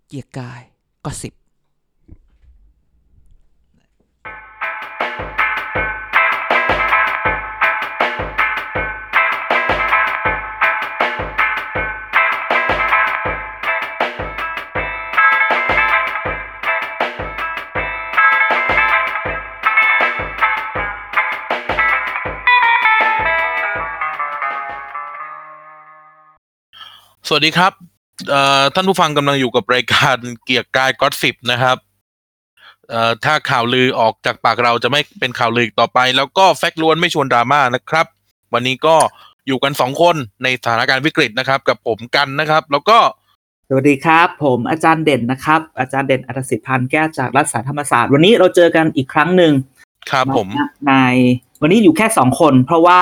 เกียร์กายก็10 สวัสดีครับท่านผู้ฟังกำลังอยู่กับรายการเกียร์กายก็10นะครับถ้าข่าวลือออกจากปากเราจะไม่เป็นข่าวลือต่อไปแล้วก็แฟกต์ล้วนไม่ชวนดราม่านะครับวันนี้ก็อยู่กัน2คนในสถานการณ์วิกฤตนะครับกับผมกันนะครับแล้วก็สวัสดีครับผมอาจารย์เด่นนะครับอาจารย์เด่นอัฏฐศิษย์พันธ์แก้วจากรัฐศาสตร์ธรรมศาสตร์วันนี้เราเจอกันอีกครั้งหนึ่งครับผมในวันนี้อยู่แค่2คนเพราะว่า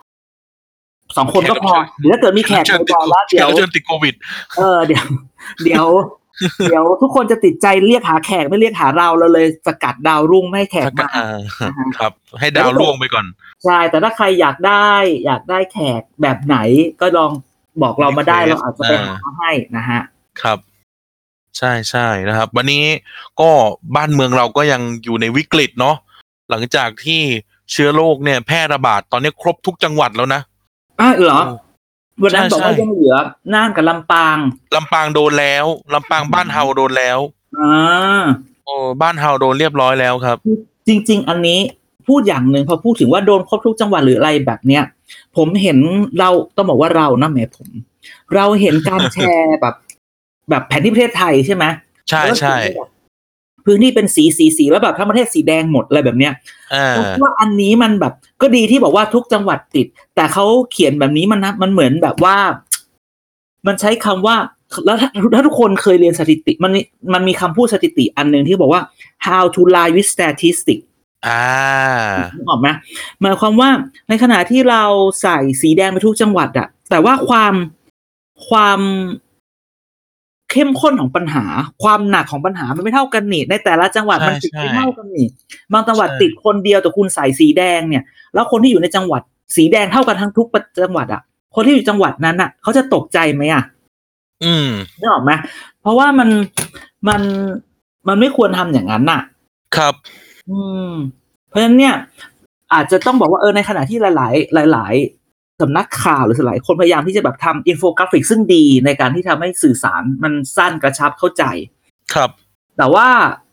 2คนก็พอเดี๋ยวถ้าเกิดมีแขกบ่อยๆแล้วเดี๋ยวติดโควิดเดี๋ยวทุกคนจะติดใจเรียกหาแขกไม่เรียกหาเราเลยสกัดดาวรุ่งไม่ให้แขกมาครับให้ดาวรุ่งไปก่อนใช่แต่ถ้าใครอยากได้แขกแบบไหนก็ลองบอกเรามาได้เราอาจจะไปหาให้นะฮะครับใช่ๆนะครับวันนี้ก็บ้านเมืองเราก็ยังอยู่ในวิกฤตเนาะหลังจากที่เชื้อโรคเนี่ยแพร่ระบาดตอนนี้ครบทุกจังหวัดแล้วนะเหรอวันนั้นบอกว่ายังเหลือน่านกับลำปางโดนแล้วลำปางบ้านเฮาโดนแล้วบ้านเฮาโดนเรียบร้อยแล้วครับจริงๆอันนี้พูดอย่างนึงพอพูดถึงว่าโดนครบทุกจังหวัดหรืออะไรแบบเนี้ยผมเห็นเราต้องบอกว่าเรานะแม่เราเห็นการแชร์แบบแผนที่ประเทศไทยใช่ไหมใช่พื้นที่เป็นสีแล้วแบบทั้งประเทศสีแดงหมดอะไรแบบเนี้ยเพราะว่าอันนี้มันแบบก็ดีที่บอกว่าทุกจังหวัดติดแต่เขาเขียนแบบนี้มันเหมือนแบบว่ามันใช้คำว่าแล้วถ้าทุกคนเคยเรียนสถิติมันมีคำพูดสถิติอันนึงที่บอกว่า how to lie with statistics ออกไหมหมายความว่าในขณะที่เราใส่สีแดงไปทุกจังหวัดอะแต่ว่าความเข้มข้นของปัญหาความหนักของปัญหามันไม่เท่ากันนี่ในแต่ละจังหวัดมันติดไม่เท่ากันนี่บางจังหวัดติดคนเดียวแต่คุณใส่สีแดงเนี่ยแล้วคนที่อยู่ในจังหวัดสีแดงเท่ากันทั้งทุกจังหวัดอ่ะคนที่อยู่จังหวัดนั้นอ่ะเขาจะตกใจไหมอ่ะนึกออกไหมเพราะว่ามันไม่ควรทำอย่างนั้นน่ะครับเพราะฉะนั้นเนี่ยอาจจะต้องบอกว่าในขณะที่หลายสำนักข่าวหรือหลายคนพยายามที่จะแบบทำอินโฟกราฟิกซึ่งดีในการที่ทำให้สื่อสารมันสั้นกระชับเข้าใจครับแต่ว่า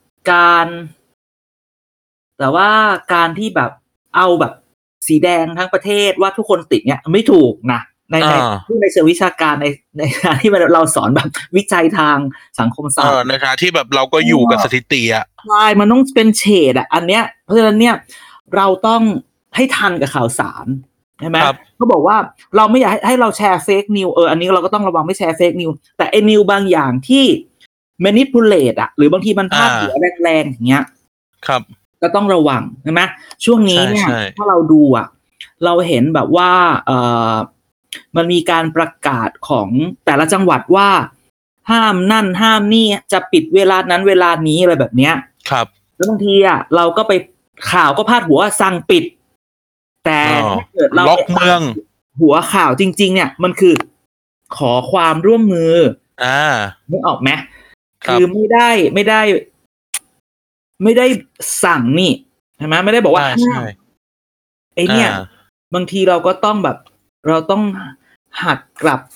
การที่แบบเอาแบบสีแดงทั้งประเทศว่าทุกคนติดเนี่ยไม่ถูกนะในเชิงวิชาการในการที่เราสอนแบบวิจัยทางสังคมศาสตร์นะคะที่แบบเราก็อยู่กับสถิติอ่ะใช่มันต้องเป็นเฉดอันเนี้ยเพราะฉะนั้นเนี่ยเราต้องให้ทันกับข่าวสารใช่ไหมเขาบอกว่าเราไม่อยากให้เราแชร์เฟกนิวอันนี้เราก็ต้องระวังไม่แชร์เฟกนิวแต่ไอ้นิวบางอย่างที่ manipulate หรือบางทีมันพาดหัวแรงๆอย่างเงี้ยครับก็ต้องระวังใช่ไหมช่วงนี้เนี่ยถ้าเราดูเราเห็นแบบว่ามันมีการประกาศของแต่ละจังหวัดว่าห้ามนั่นห้ามนี่จะปิดเวลานั้นเวลานี้อะไรแบบเนี้ยครับแล้วบางทีเราก็ไปข่าวก็พาดหัวสั่งปิดแต่ถ้าเกิดเราล็อกเมืองหัวข่าวจริงๆเนี่ยมันคือขอความร่วมมือนึกออกไหมคือไม่ได้สั่งนี่ใช่ไหมไม่ได้บอกว่าไอ้เนี่ยบางทีเราก็ต้องแบบเราต้องหัดกลับ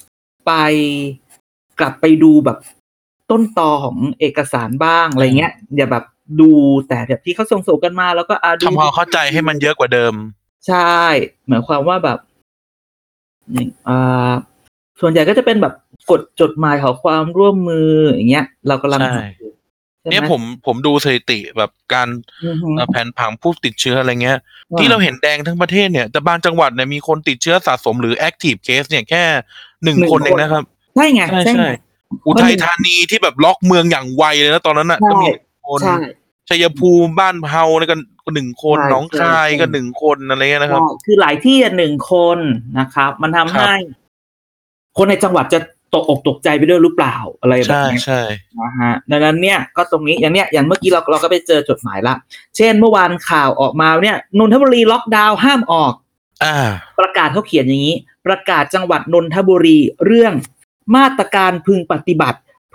ไปดูแบบต้นตอของเอกสารบ้างอะไรเงี้ยอย่าแบบดูแต่แบบที่เขาส่งกันมาแล้วก็ทำความเข้าใจให้มันเยอะกว่าเดิมใช่หมายความว่าแบบส่วนใหญ่ก็จะเป็นแบบกฎจดหมายขอความร่วมมืออย่างเงี้ยเรากำลังเนี่ยผมดูสถิติแบบการแผนผังผู้ติดเชื้ออะไรเงี้ยที่เราเห็นแดงทั้งประเทศเนี่ยแต่บางจังหวัดเนี่ยมีคนติดเชื้อสะสมหรือ active case เนี่ยแค่1คนเองนะครับใช่ไงใช่อุทัยธานีที่แบบล็อกเมืองอย่างไวเลยนะตอนนั้นน่ะก็มีคนชัยภูมิบ้านเฮาเนี่ยกัน1คนหนองคายก็1คนอะไรเงี้ยนะครับคือหลายที่1คนนะครับมันทำให้คนในจังหวัดจะตกอกตกใจไปด้วยหรือเปล่าอะไรแบบนี้ใช่นะฮะดังนั้นเนี่ยก็ตรงนี้อย่างเมื่อกี้เราก็ไปเจอจดหมายละเช่นเมื่อวานข่าวออกมาเนี่ยนนทบุรีล็อกดาวน์ห้ามออกประกาศเขาเขียนอย่างนี้ประกาศจังหวัดนนทบุรีเรื่องมาตรการพึงปฏิบัติเ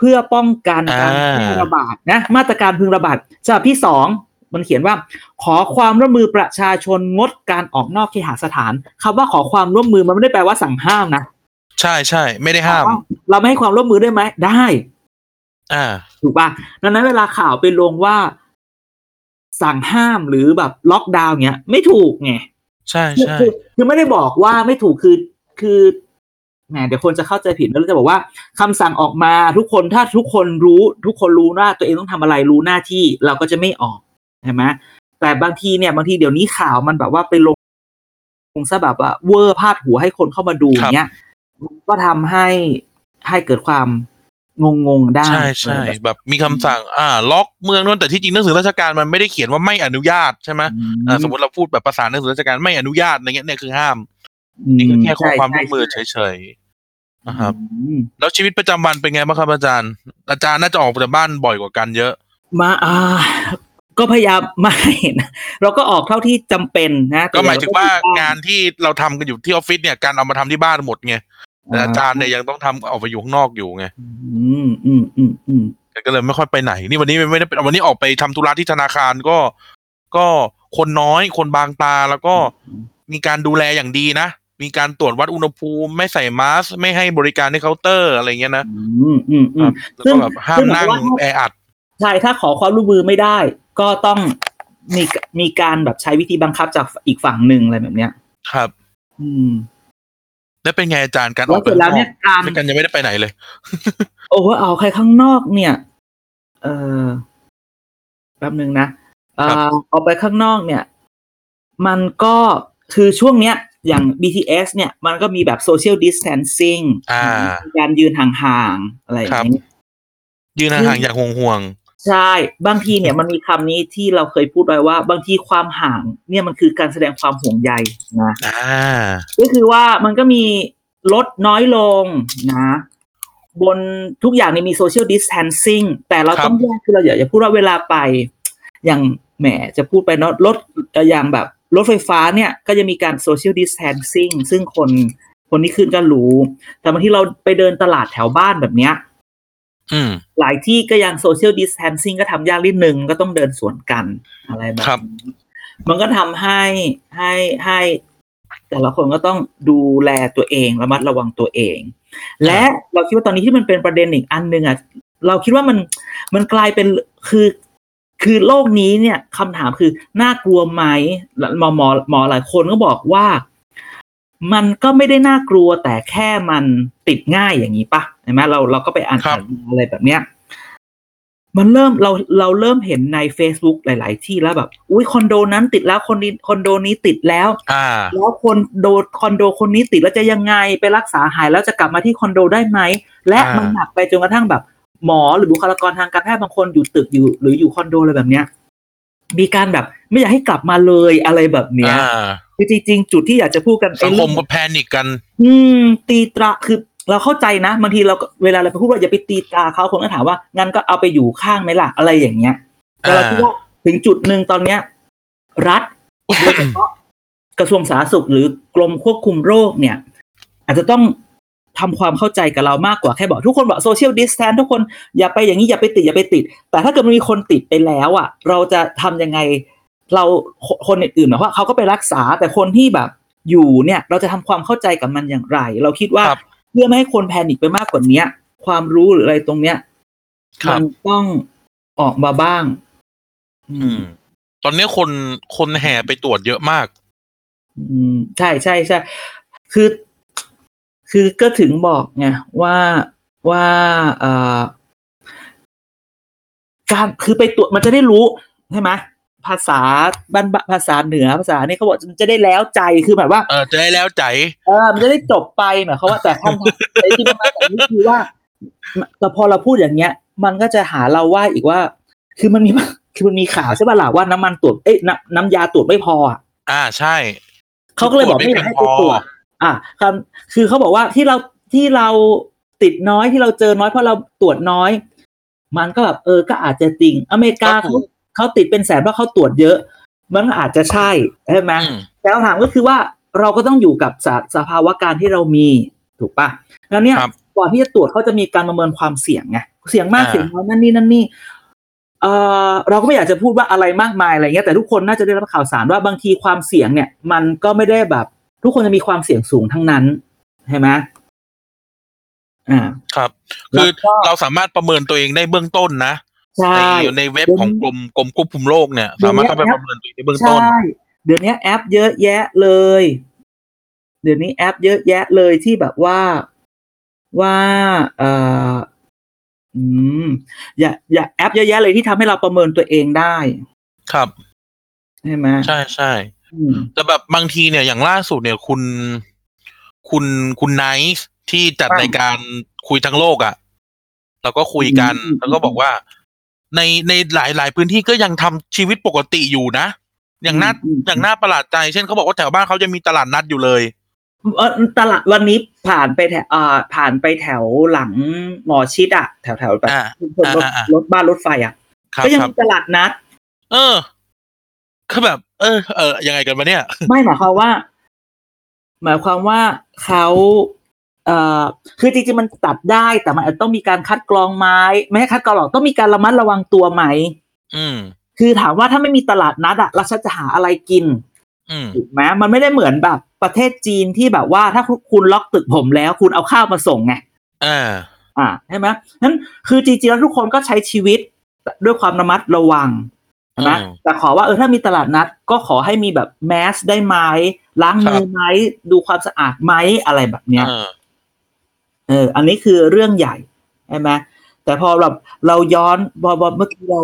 พื่อป้องกันการแพร่ระบาดนะมาตรการพึงระบาดฉบับที่2มันเขียนว่าขอความร่วมมือประชาชนงดการออกนอกเคหสถานคำว่าขอความร่วมมือมันไม่ได้แปลว่าสั่งห้ามนะใช่ๆไม่ได้ห้ามเราไม่ให้ความร่วมมือได้ไหมได้ถูกป่ะดังนั้นเวลาข่าวไปลงว่าสั่งห้ามหรือแบบล็อกดาวน์เงี้ยไม่ถูกไงใช่คือไม่ได้บอกว่าไม่ถูกคือแหมเดี๋ยวคนจะเข้าใจผิดแล้วจะบอกว่าคำสั่งออกมาทุกคนถ้าทุกคนรู้ว่าตัวเองต้องทำอะไรรู้หน้าที่เราก็จะไม่ออกใช่ไหมแต่บางทีเดี๋ยวนี้ข่าวมันแบบว่าไปลงซะแบบว่าเวอร์พาดหัวให้คนเข้ามาดูอย่างเงี้ยก็ทำให้เกิดความงงได้ใช่แบบมีคำสั่งล็อกเมืองนั่นแต่ที่จริงหนังสือราชการมันไม่ได้เขียนว่าไม่อนุญาตใช่ไหมสมมติเราพูดแบบภาษาหนังสือราชการไม่อนุญาตอะไรเงี้ยเนี่ยคือห้ามนี่คือแค่ขอความร่วมมือเฉยๆนะครับแล้วชีวิตประจำวันเป็นไงบ้างครับอาจารย์น่าจะออกจากบ้านบ่อยกว่ากันเยอะมาก็พยายามไม่นะเราก็ออกเท่าที่จำเป็นนะก็หมายถึงว่างานที่เราทำกันอยู่ที่ออฟฟิศเนี่ยการเอามาทำที่บ้านหมดไงแต่อาจารย์เนี่ยยังต้องทำออกไปอยู่ข้างนอกอยู่ไงก็เลยไม่ค่อยไปไหนนี่วันนี้ไม่ได้วันนี้ออกไปทำธุระที่ธนาคารก็คนน้อยคนบางตาแล้วก็มีการดูแลอย่างดีนะมีการตรวจวัดอุณหภูมิไม่ใส่มาสก์ไม่ให้บริการในเคาน์เตอร์อะไรเงี้ยนะแล้วก็แบบห้ามนั่งแออัดใช่ถ้าขอความร่วมมือไม่ได้ก็ต้องมีการแบบใช้วิธีบังคับจากอีกฝั่งหนึ่งอะไรแบบเนี้ยครับแล้วเป็นไงอาจารย์การออกไปแล้วเนี่ยกันยังไม่ได้ไปไหนเลยโอ้โหเอาใครข้างนอกเนี่ยแป๊บนึงนะออกไปข้างนอกเนี่ยมันก็คือช่วงเนี้ยอย่าง BTS เนี่ยมันก็มีแบบ social distancing การยืนห่างๆอะไรอย่างนี้ยืนห่างๆอย่างห่วงใช่บางทีเนี่ยมันมีคำนี้ที่เราเคยพูดไว้ว่าบางทีความห่างเนี่ยมันคือการแสดงความห่วงใยนะก็คือว่ามันก็มีลดน้อยลงนะบนทุกอย่างนี่มี social distancing แต่เราต้องแยกคือเราอย่าพูดว่าเวลาไปอย่างแหมจะพูดไปเนาะรถอย่างแบบรถไฟฟ้าเนี่ยก็จะมีการ social distancing ซึ่งคนที่ขึ้นก็รู้แต่บางทีเราไปเดินตลาดแถวบ้านแบบเนี้ยหลายที่ก็ยัง social distancing ก็ทำยากนิดนึงก็ต้องเดินสวนกันอะไรแบบนี้มันก็ทำให้แต่ละคนก็ต้องดูแลตัวเองระมัดระวังตัวเองและเราคิดว่าตอนนี้ที่มันเป็นประเด็นอีกอันนึงเราคิดว่ามันกลายเป็นคือโลกนี้เนี่ยคำถามคือน่ากลัวไหมหมอหลายคนก็บอกว่ามันก็ไม่ได้น่ากลัวแต่แค่มันติดง่ายอย่างนี้ป่ะเห็นไหมเราก็ไปอ่านอะไรแบบเนี้ยมันเริ่มเราเริ่มเห็นใน Facebook หลายๆที่แล้วแบบอุ้ยคอนโดนั้นติดแล้วคอนโดนี้ติดแล้วแล้วคอนโดคนนี้ติดแล้วจะยังไงไปรักษาหายแล้วจะกลับมาที่คอนโดได้ไหมและมันหนักไปจนกระทั่งแบบหมอหรือบุคลากรทางการแพทย์บางคนอยู่ตึกอยู่หรืออยู่คอนโดอะไรแบบเนี้ยมีการแบบไม่อยากให้กลับมาเลยอะไรแบบเนี้ยคือจริงๆจุดที่อยากจะพูดกันสังคมก็แพนิคกันตีตราคือเราเข้าใจนะบางทีเราเวลาเราไปพูดว่าอย่าไปตีตราเขาคนก็ถามว่างั้นก็เอาไปอยู่ข้างไหมล่ะอะไรอย่างเงี้ยแต่เราคิดว่าถึงจุดนึงตอนเนี้ยรัฐโดยเฉพาะกระทรวงสาธารณสุขหรือกรมควบคุมโรคเนี่ยอาจจะต้องทำความเข้าใจกับเรามากกว่าแค่บอกทุกคนบอกโซเชียลดิสแทนซ์ทุกคนอย่าไปอย่างนี้อย่าไปติดแต่ถ้าเกิดมันมีคนติดไปแล้วอ่ะเราจะทำยังไงเราคนอื่นๆเพราะเขาก็ไปรักษาแต่คนที่แบบอยู่เนี่ยเราจะทำความเข้าใจกับมันอย่างไรเราคิดว่าเพื่อไม่ให้คนแพนิคไปมากกว่านี้ความรู้หรืออะไรตรงเนี้ยมันต้องออกมาบ้างตอนนี้คนแห่ไปตรวจเยอะมากใช่คือก็ถึงบอกไงว่าการคือไปตรวจมันจะได้รู้ใช่ไหมภาษาภาษาเหนือภาษานี่เขาบอกมันจะได้แล้วใจคือแบบว่าจะได้แล้วใจมันจะได้จบไปหมายความว่าแต่คำถามที่มันมาจากนี้คือว่าแต่พอเราพูดอย่างเงี้ยมันก็จะหาเราว่าอีกว่าคือมันมีข่าวใช่ป่ะล่ะว่าน้ำมันตรวจน้ำยาตรวจไม่พอใช่เขาก็เลยบอกไม่อยากให้ไปตรวจคือเขาบอกว่าที่เราติดน้อยที่เราเจอน้อยเพราะเราตรวจน้อยมันก็แบบก็อาจจะจริงอเมริกาเขาติดเป็นแสนเพราะเขาตรวจเยอะมันก็อาจจะใช่ไหมแต่คำถามก็คือว่าเราก็ต้องอยู่กับสภาวะการที่เรามีถูกป่ะแล้วเนี่ยก่อนที่จะตรวจเขาจะมีการประเมินความเสี่ยงไงเสี่ยงมากเสี่ยงน้อยนั่นนี่เราก็ไม่อยากจะพูดว่าอะไรมากมายอะไรเงี้ยแต่ทุกคนน่าจะได้รับข่าวสารว่าบางทีความเสี่ยงเนี่ยมันก็ไม่ได้แบบทุกคนจะมีความเสี่ยงสูงทั้งนั้นใช่ไหมครับคือเราสามารถประเมินตัวเองได้เบื้องต้นนะในเว็บของกรมควบคุมโรคเนี่ยสามารถเข้าไปประเมินตัวเองได้เบื้องต้นเดี๋ยวนี้แอปเยอะแยะเลยเดี๋ยวนี้แอปเยอะแยะเลยที่แบบว่าอย่าแอปเยอะแยะเลยที่ทำให้เราประเมินตัวเองได้ครับใช่ไหมใช่แต่แบบบางทีเนี่ยอย่างล่าสุดเนี่ยคุณไนท์ที่จัดรายการคุยทั้งโลกอ่ะเราก็คุยกันแล้วก็บอกว่าในหลายพื้นที่ก็ยังทำชีวิตปกติอยู่นะอย่างน่าประหลาดใจเช่นเขาบอกว่าแถวบ้านเขาจะมีตลาดนัดอยู่เลยตลาดวันนี้ผ่านไปแถวหลังหมอชิดอ่ะแถวแบบรถบ้านรถไฟอ่ะก็ยังมีตลาดนัดคือแบบยังไงกันวะเนี่ยไม่หมายความว่าเขาคือจริงๆมันตัดได้แต่มันต้องมีการคัดกรองไหมไม่ให้คัดกรองหรอกต้องมีการระมัดระวังตัวไหมคือถามว่าถ้าไม่มีตลาดนัดอะเราจะหาอะไรกินถูกไหมมันไม่ได้เหมือนแบบประเทศจีนที่แบบว่าถ้าคุณล็อกตึกผมแล้วคุณเอาข้าวมาส่งไงใช่ไหมนั้นคือจริงๆแล้วทุกคนก็ใช้ชีวิตด้วยความระมัดระวังนะแต่ขอว่าถ้ามีตลาดนัดก็ขอให้มีแบบแมสได้ไหมล้างมือไหมดูความสะอาดไหมอะไรแบบเนี้ยอันนี้คือเรื่องใหญ่ใช่ไหมแต่พอเราย้อนเมื่อกี้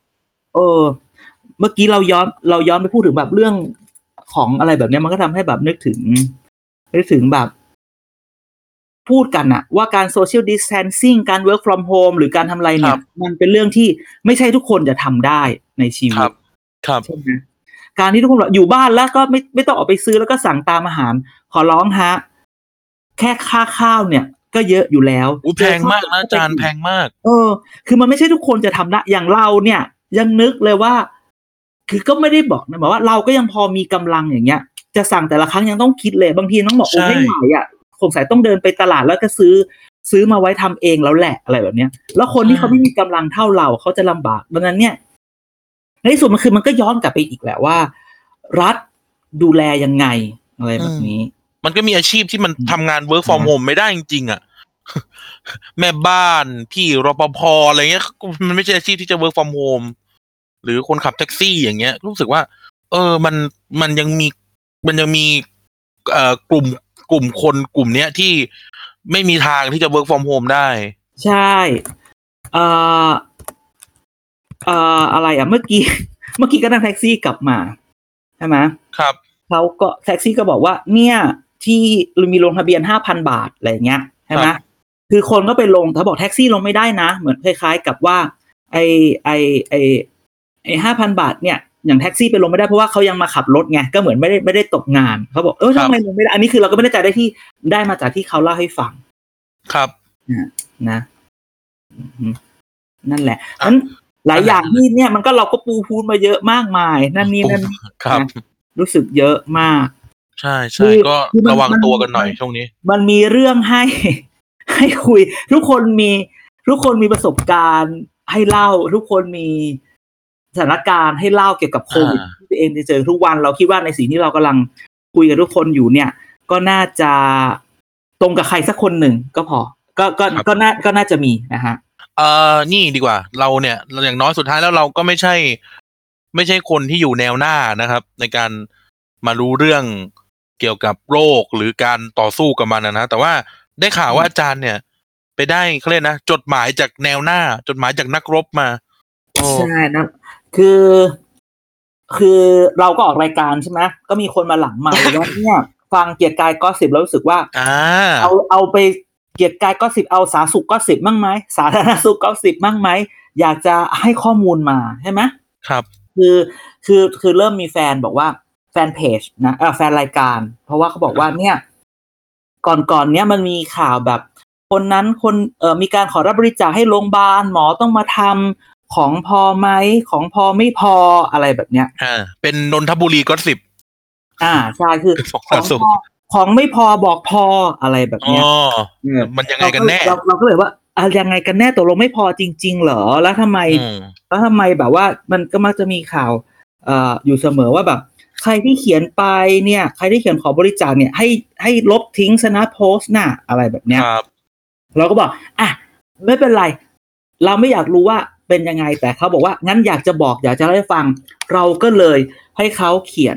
เราย้อนไปพูดถึงแบบเรื่องของอะไรแบบนี้มันก็ทำให้แบบนึกถึงแบบพูดกันอะว่าการ social distancing การ work from home หรือการทำอะไรเนี่ยมันเป็นเรื่องที่ไม่ใช่ทุกคนจะทำได้ในชีวิตใช่ไหมการที่ทุกคนอยู่บ้านแล้วก็ไม่ต้องออกไปซื้อแล้วก็สั่งตามอาหารขอร้องฮะแค่ค่าข้าวเนี่ยก็เยอะอยู่แล้วแพงมากนะอาจารย์แพงมากคือมันไม่ใช่ทุกคนจะทำได้อย่างเราเนี่ยยังนึกเลยว่าคือก็ไม่ได้บอกนะบอกว่าเราก็ยังพอมีกำลังอย่างเงี้ยจะสั่งแต่ละครั้งยังต้องคิดเลยบางทีต้องบอกโอ้ไม่ไหวอ่ะสงสัยต้องเดินไปตลาดแล้วก็ซื้อมาไว้ทำเองแล้วแหละอะไรแบบเนี้ยแล้วคนที่เขาไม่มีกำลังเท่าเราเขาจะลำบากดังนั้นเนี่ยในที่สุดมันก็ย้อนกลับไปอีกแหละว่ารัฐดูแลยังไงอะไรแบบนี้มันก็มีอาชีพที่มันทำงาน work from home ไม่ได้จริงๆอ่ะแม่บ้านพี่รปภอะไรเงี้ยมันไม่ใช่อาชีพที่จะ work from home หรือคนขับแท็กซี่อย่างเงี้ยรู้สึกว่ามันยังมีกลุ่มคนกลุ่มเนี้ยที่ไม่มีทางที่จะ work from home ได้ใช่อะไรอ่ะเมื่อกี้ก็นั่งแท็กซี่กลับมาใช่ไหมครับเขาก็แท็กซี่ก็บอกว่าเนี่ยที่มีลงทะเบียน 5,000 บาทอะไรเงี้ยใช่ไหมคือคนก็ไปลงเขาบอกแท็กซี่ลงไม่ได้นะเหมือนคล้ายๆกับว่าไอ้5,000 บาทเนี่ยอย่างแท็กซี่ไปลงไม่ได้เพราะว่าเขายังมาขับรถไงก็เหมือนไม่ได้ตกงานเขาบอกทำไมลงไม่ได้อันนี้คือเราก็ไม่ได้ใจได้มาจากที่เขาเล่าให้ฟังครับนะนั่นแหละนั้นหลายอย่างที่เนี่ยมันก็เราก็ปูพูนมาเยอะมากมายนั่นครับรู้สึกเยอะมากใช่ก็ระวังตัวกันหน่อยช่วงนี้มันมีเรื่องให้คุยทุกคนมีประสบการณ์ให้เล่าทุกคนมีสถานการณ์ให้เล่าเกี่ยวกับโควิดที่ตัวเองเจอทุกวันเราคิดว่าในสิ่งที่เรากำลังคุยกับทุกคนอยู่เนี่ยก็น่าจะตรงกับใครสักคนหนึ่งก็พอก็น่าจะมีนะฮะนี่ดีกว่าเราเนี่ยอย่างน้อยสุดท้ายแล้วเราก็ไม่ใช่คนที่อยู่แนวหน้านะครับในการมารู้เรื่องเกี่ยวกับโรคหรือการต่อสู้กับมันนะแต่ว่าได้ข่าวว่าอาจารย์เนี่ยไปได้เขาเรียกนะจดหมายจากแนวหน้าจดหมายจากนักรบมาใช่นะคือเราก็ออกรายการใช่ไหมก็มีคนมาหลังไมค์ว่าเนี่ยฟังเกียรติกายก็สิบแล้วรู้สึกว่าเอาไปเกียรติกายก็สิบเอาสาธารณสุขก็สิบมั่งไหมสาธารณสุขก็สิบมั่งไหมอยากจะให้ข้อมูลมาใช่ไหมครับคือเริ่มมีแฟนบอกว่าแฟนเพจนะแฟนรายการเพราะว่าเขาบอกว่าเนี่ยก่อนเนี้ยมันมีข่าวแบบคนนั้นมีการขอรับบริจาคให้โรงพยาบาลหมอต้องมาทำของพอไหมของพอไม่พออะไรแบบเนี้ยเป็นนนทบุรีก็สิบใช่คือของไม่พอบอกพออะไรแบบเนี้ยมันยังไงกันแน่เราก็เลยว่ายังไงกันแน่ตกลงไม่พอจริงๆเหรอแล้วทำไมแบบว่ามันก็มักจะมีข่าวอยู่เสมอว่าแบบใครที่เขียนไปเนี่ยใครที่เขียนขอบริจาคเนี่ยให้ลบทิ้งซะนะโพสต์น่ะอะไรแบบเนี้ยเราก็บอกไม่เป็นไรเราไม่อยากรู้ว่าเป็นยังไงแต่เขาบอกว่างั้นอยากจะเล่าให้ฟังเราก็เลยให้เขาเขียน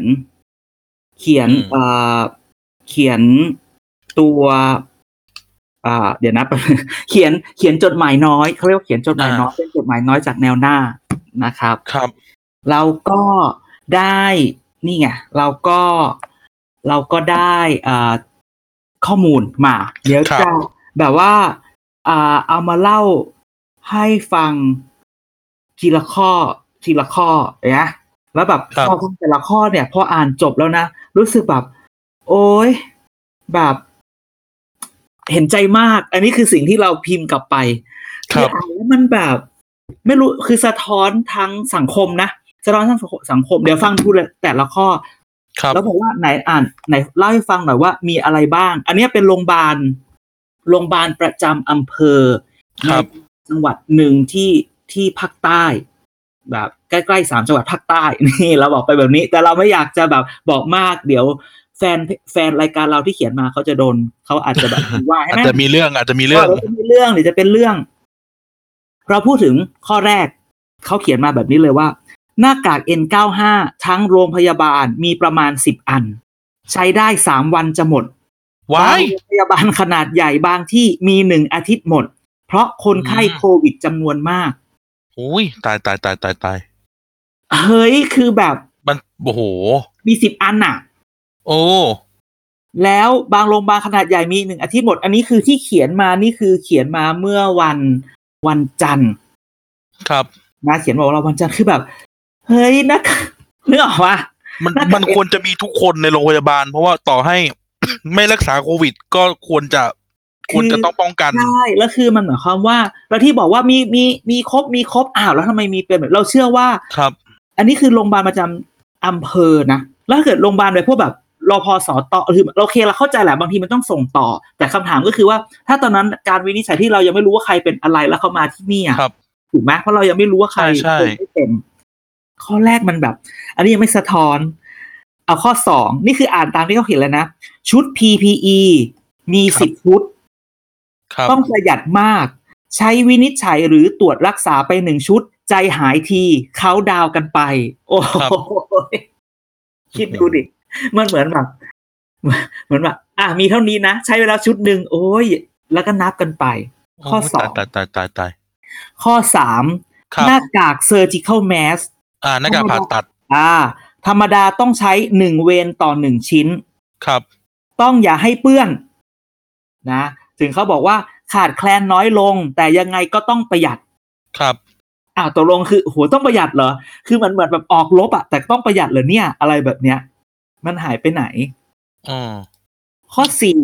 ตัวเดี๋ยวนะเขียนจดหมายน้อยเขาเรียกว่าเขียนจดหมายน้อยเป็นจดหมายน้อยจากแนวหน้านะครับเราก็ได้นี่ไงเราก็ได้ข้อมูลมาเดี๋ยวจะแบบว่าเอามาเล่าให้ฟังทีละข้อนะแล้วแบบพอฟังแต่ละข้อเนี่ยพออ่านจบแล้วนะรู้สึกแบบโอ๊ยแบบเห็นใจมากอันนี้คือสิ่งที่เราพิมพ์กลับไปคืออ่านแล้วมันแบบไม่รู้คือสะท้อนทั้งสังคมนะสะท้อนทั้งสังคมเดี๋ยวฟังดูแต่ละข้อแล้วบอกว่าไหนเล่าให้ฟังหน่อยว่ามีอะไรบ้างอันนี้เป็นโรงพยาบาลประจำอำเภอในจังหวัดหนึ่งที่ภาคใต้แบบใกล้ๆ3จังหวัดภาคใต้นี่เราบอกไปแบบนี้แต่เราไม่อยากจะแบบบอกมากเดี๋ยวแฟนรายการเราที่เขียนมาเขาจะโดนเขาอาจจะแบบว่าใช่ไหมอาจจะมีเรื่องหรือจะเป็นเรื่องเราพูดถึงข้อแรกเขาเขียนมาแบบนี้เลยว่าหน้ากาก N95 ทั้งโรงพยาบาลมีประมาณ10อันใช้ได้3วันจะหมดโรงพยาบาลขนาดใหญ่บางที่มี1อาทิตย์หมดเพราะคนไข้โควิดจำนวนมากโอ้ยตายเฮ้ยคือแบบมันโอ้โหมี10อันน่ะโอ้แล้วบางโรงพยาบาลขนาดใหญ่มี1อาทิตย์หมดอันนี้คือที่เขียนมานี่คือเขียนมาเมื่อวันจันทร์ครับนะเขียนบอกเราวันจันทร์คือแบบเฮ้ยนึกออกปะมันควรจะมีทุกคนในโรงพยาบาลเพราะว่าต่อให้ ไม่รักษาโควิดก็ควรจะต้องป้องกันใช่แล้วคือมันหมายความว่าแล้วที่บอกว่ามีครบแล้วทำไมมีเป็นแบบเราเชื่อว่าครับอันนี้คือโรงพยาบาลประจำอำเภอนะแล้วถ้าเกิดโรงพยาบาลไปพวกแบบรพสตคือโอเคเราเข้าใจแหละบางทีมันต้องส่งต่อแต่คำถามก็คือว่าถ้าตอนนั้นการวินิจฉัยที่เรายังไม่รู้ว่าใครเป็นอะไรแล้วเขามาที่นี่ถูกไหมเพราะเรายังไม่รู้ว่าใครไม่เป็นข้อแรกมันแบบอันนี้ยังไม่สะท้อนเอาข้อ2นี่คืออ่านตามที่เขาเขียนเลยนะชุด PPE มี10ชุดต้องประหยัดมากใช้วินิจฉัยหรือตรวจรักษาไป1ชุดใจหายทีเขาดาวกันไปโอ้โหคิดดูดิมันเหมือนแบบมีเท่านี้นะใช้เวลาชุดหนึ่งโอ้ยแล้วก็นับกันไปข้อ2 ตายข้อ3หน้ากาก surgical mask หน้ากากผ่าตัดธรรมดาต้องใช้1เวรต่อ1ชิ้นครับต้องอย่าให้เปื้อนนะถึงเขาบอกว่าขาดแคลนน้อยลงแต่ยังไงก็ต้องประหยัดครับตกลงคือโหต้องประหยัดเหรอคือมันเหมือนแบบออกลบแต่ต้องประหยัดเหรอเนี่ยอะไรแบบเนี้ยมันหายไปไหนข้อ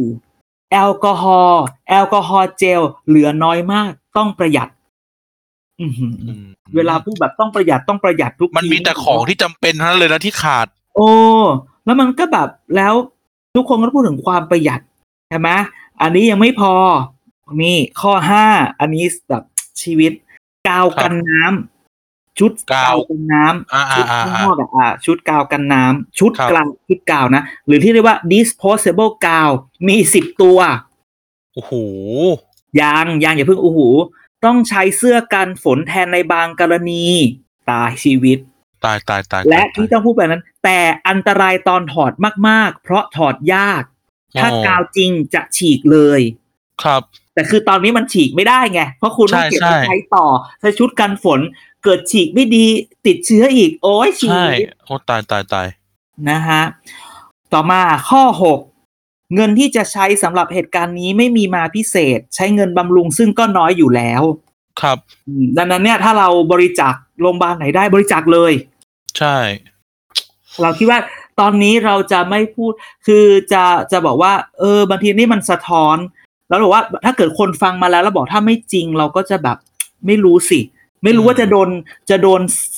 4แอลกอฮอล์เจลเหลือน้อยมากต้องประหยัดเวลาพูดแบบต้องประหยัดทุกทีมันมีแต่ของที่จำเป็นเท่านั้นเลยนะที่ขาดโอ้แล้วมันก็แบบแล้วทุกคนก็พูดถึงความประหยัดใช่ไหมอันนี้ยังไม่พอมีข้อ5อันนี้แบบชีวิตกาวกันน้ำชุดกาวกันน้ำชุดข้างนอกชุดกาวกันน้ำชุดกาวนะหรือที่เรียกว่า disposable กาวมี10ตัวโอ้โหยังอย่าเพิ่งโอ้โหต้องใช้เสื้อกันฝนแทนในบางกรณีตายชีวิตตายและที่ต้องพูดแบบนั้นแต่อันตรายตอนถอดมากๆเพราะถอดยากถ้ากาวจริงจะฉีกเลยครับแต่คือตอนนี้มันฉีกไม่ได้ไงเพราะคุณต้องเก็บไว้ใช้ต่อใช้ชุดกันฝนเกิดฉีกไม่ดีติดเชื้ออีกโอ้ยฉีกโอ้ตายนะฮะต่อมาข้อ6เงินที่จะใช้สำหรับเหตุการณ์นี้ไม่มีมาพิเศษใช้เงินบำรุงซึ่งก็น้อยอยู่แล้วครับดังนั้นเนี่ยถ้าเราบริจาคโรงพยาบาลไหนได้บริจาคเลยใช่เราคิดว่าตอนนี้เราจะไม่พูดคือจะบอกว่าบางทีนี่มันสะท้อนแล้วบอกว่าถ้าเกิดคนฟังมาแล้วบอกถ้าไม่จริงเราก็จะแบบไม่รู้สิไม่รู้ว่าจะโดน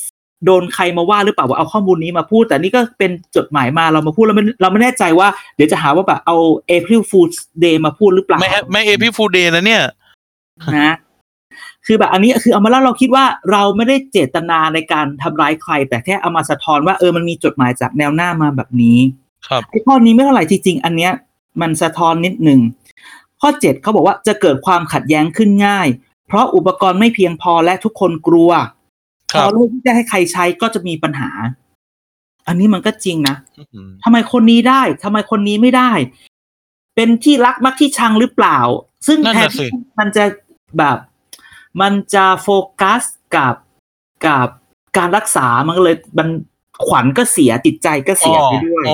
โดนใครมาว่าหรือเปล่าว่าเอาข้อมูลนี้มาพูดแต่นี่ก็เป็นจดหมายมาเรามาพูดแล้วเราไม่แน่ใจว่าเดี๋ยวจะหาว่าแบบเอา April Fool's Day มาพูดหรือเปล่าไม่ April Fool's Day นะเนี่ยนะคือแบบอันนี้คือเอามาเล่าเราคิดว่าเราไม่ได้เจตนาในการทำร้ายใครแต่แค่เอามาสะท้อนว่ามันมีจดหมายจากแนวหน้ามาแบบนี้ครับไอ้ข้อนี้ไม่เท่าไหร่จริงๆอันเนี้ยมันสะท้อนนิดนึงข้อ7เขาบอกว่าจะเกิดความขัดแย้งขึ้นง่ายเพราะอุปกรณ์ไม่เพียงพอและทุกคนกลัวพอเลือกที่จะให้ใครใช้ก็จะมีปัญหาอันนี้มันก็จริงนะทำไมคนนี้ได้ทำไมคนนี้ไม่ได้เป็นที่รักมักที่ชังหรือเปล่าซึ่งแทนมันจะแบบมันจะโฟกัสกับการรักษามันก็เลยมันขวัญก็เสียจิตใจก็เสียไปด้วย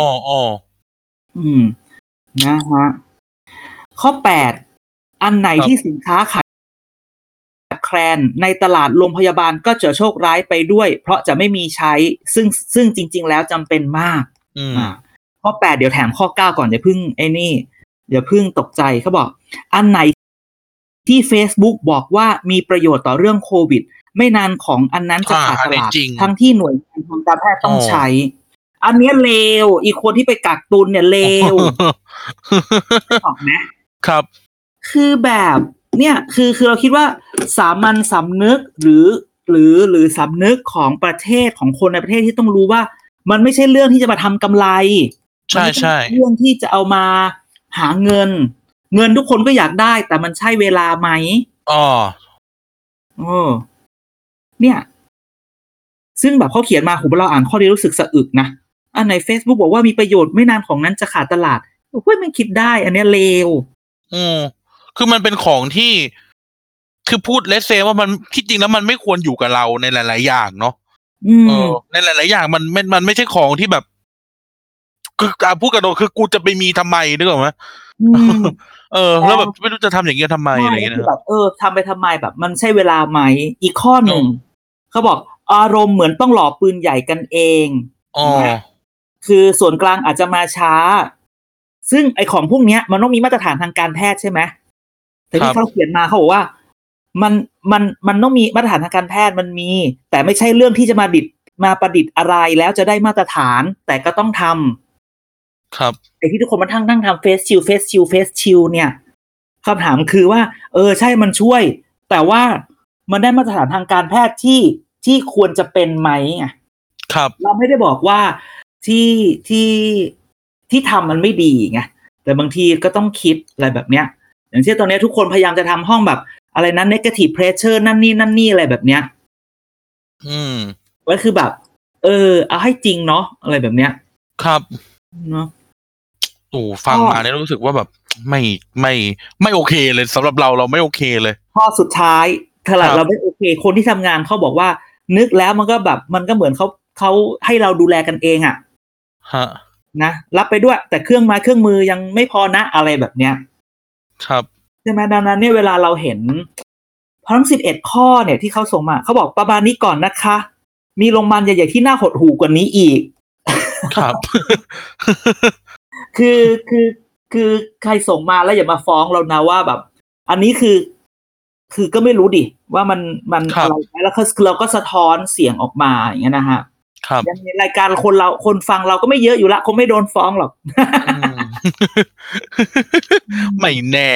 นะฮะข้อ8อันไหนที่สินค้าขาดแคลนในตลาดโรงพยาบาลก็จะโชคร้ายไปด้วยเพราะจะไม่มีใช้ซึ่งจริงๆแล้วจำเป็นมากข้อ8เดี๋ยวแถมข้อ9ก่อนอย่าเพิ่งตกใจเขาบอกอันไหนที่ Facebook บอกว่ามีประโยชน์ต่อเรื่องโควิดไม่นานของอันนั้นจะขาดตลาดทั้งที่หน่วยงานทางการแพทย์ต้องใช้อันนี้เลวอีกคนที่ไปกักตุนเนี่ยเลวออกไหมครับคือแบบเนี่ยคือเราคิดว่าสามัญสำนึกหรือสำนึกของประเทศของคนในประเทศที่ต้องรู้ว่ามันไม่ใช่เรื่องที่จะมาทำกำไรใช่เรื่องที่จะเอามาหาเงินทุกคนก็อยากได้แต่มันใช่เวลาไหมเนี่ยซึ่งแบบเขาเขียนมาหูเราอ่านข้อนี้รู้สึกสะอึกนะอันไหน Facebook บอกว่ามีประโยชน์ไม่นานของนั้นจะขาดตลาดเฮ้ยมันคิดได้อันนี้เลวคือมันเป็นของที่คือพูดเลสเซว่ามันคิดจริงแล้วมันไม่ควรอยู่กับเราในหลายๆอย่างเนาะในหลายๆอย่างมันไม่ใช่ของที่แบบคือพูดกันตรงคือกูจะไปมีทำไมนึกออกไหมแล้วแบบไม่รู้จะทำอย่างเงี้ยทำไมอะไรเงี้ยคือแบบทำไปทำไมแบบมันใช่เวลาไหมอีกข้อหนึ่งเขาบอกอารมณ์เหมือนต้องหล่อปืนใหญ่กันเองคือส่วนกลางอาจจะมาช้าซึ่งไอของพวกนี้มันต้องมีมาตรฐานทางการแพทย์ใช่ไหมแต่ที่เขาเขียนมาเขาบอกว่ามันต้องมีมาตรฐานทางการแพทย์มันมีแต่ไม่ใช่เรื่องที่จะมาประดิษฐ์อะไรแล้วจะได้มาตรฐานแต่ก็ต้องทำครับไอที่ทุกคนมานั่งทำเฟสชิลเนี่ยคำถามคือว่าใช่มันช่วยแต่ว่ามันได้มาตรฐานทางการแพทย์ที่ควรจะเป็นไหมไงครับเราไม่ได้บอกว่าที่ทำมันไม่ดีไงแต่บางทีก็ต้องคิดอะไรแบบเนี้ยอย่างเช่นตอนนี้ทุกคนพยายามจะทำห้องแบบอะไรนั้น negative pressure นั่นนี่อะไรแบบเนี้ยก็คือแบบเอาให้จริงเนาะอะไรแบบเนี้ยครับเนาะฟังมาเนี่ยรู้สึกว่าแบบไม่โอเคเลยสำหรับเราไม่โอเคเลยข้อสุดท้ายถ้าเราไม่โอเคคนที่ทำงานเขาบอกว่านึกแล้วมันก็แบบมันก็เหมือนเขาให้เราดูแลกันเองอ่ะนะรับไปด้วยแต่เครื่องมือยังไม่พอนะอะไรแบบเนี้ยครับใช่ไหมดังนั้นเนี่ยเวลาเราเห็นทั้ง11ข้อเนี่ยที่เขาส่งมาเขาบอกประมาณนี้ก่อนนะคะมีโรงพยาบาลใหญ่ๆที่น่าหดหู่กว่านี้อีกครับคือใครส่งมาแล้วอย่ามาฟ้องเรานะว่าแบบอันนี้คือก็ไม่รู้ดิว่ามันอะไรแล้วเราก็สะท้อนเสียงออกมาอย่างเงี้ยนะฮะยังในรายการคนฟังเราก็ไม่เยอะอยู่ละคงไม่โดนฟ้องหรอกไม่แน่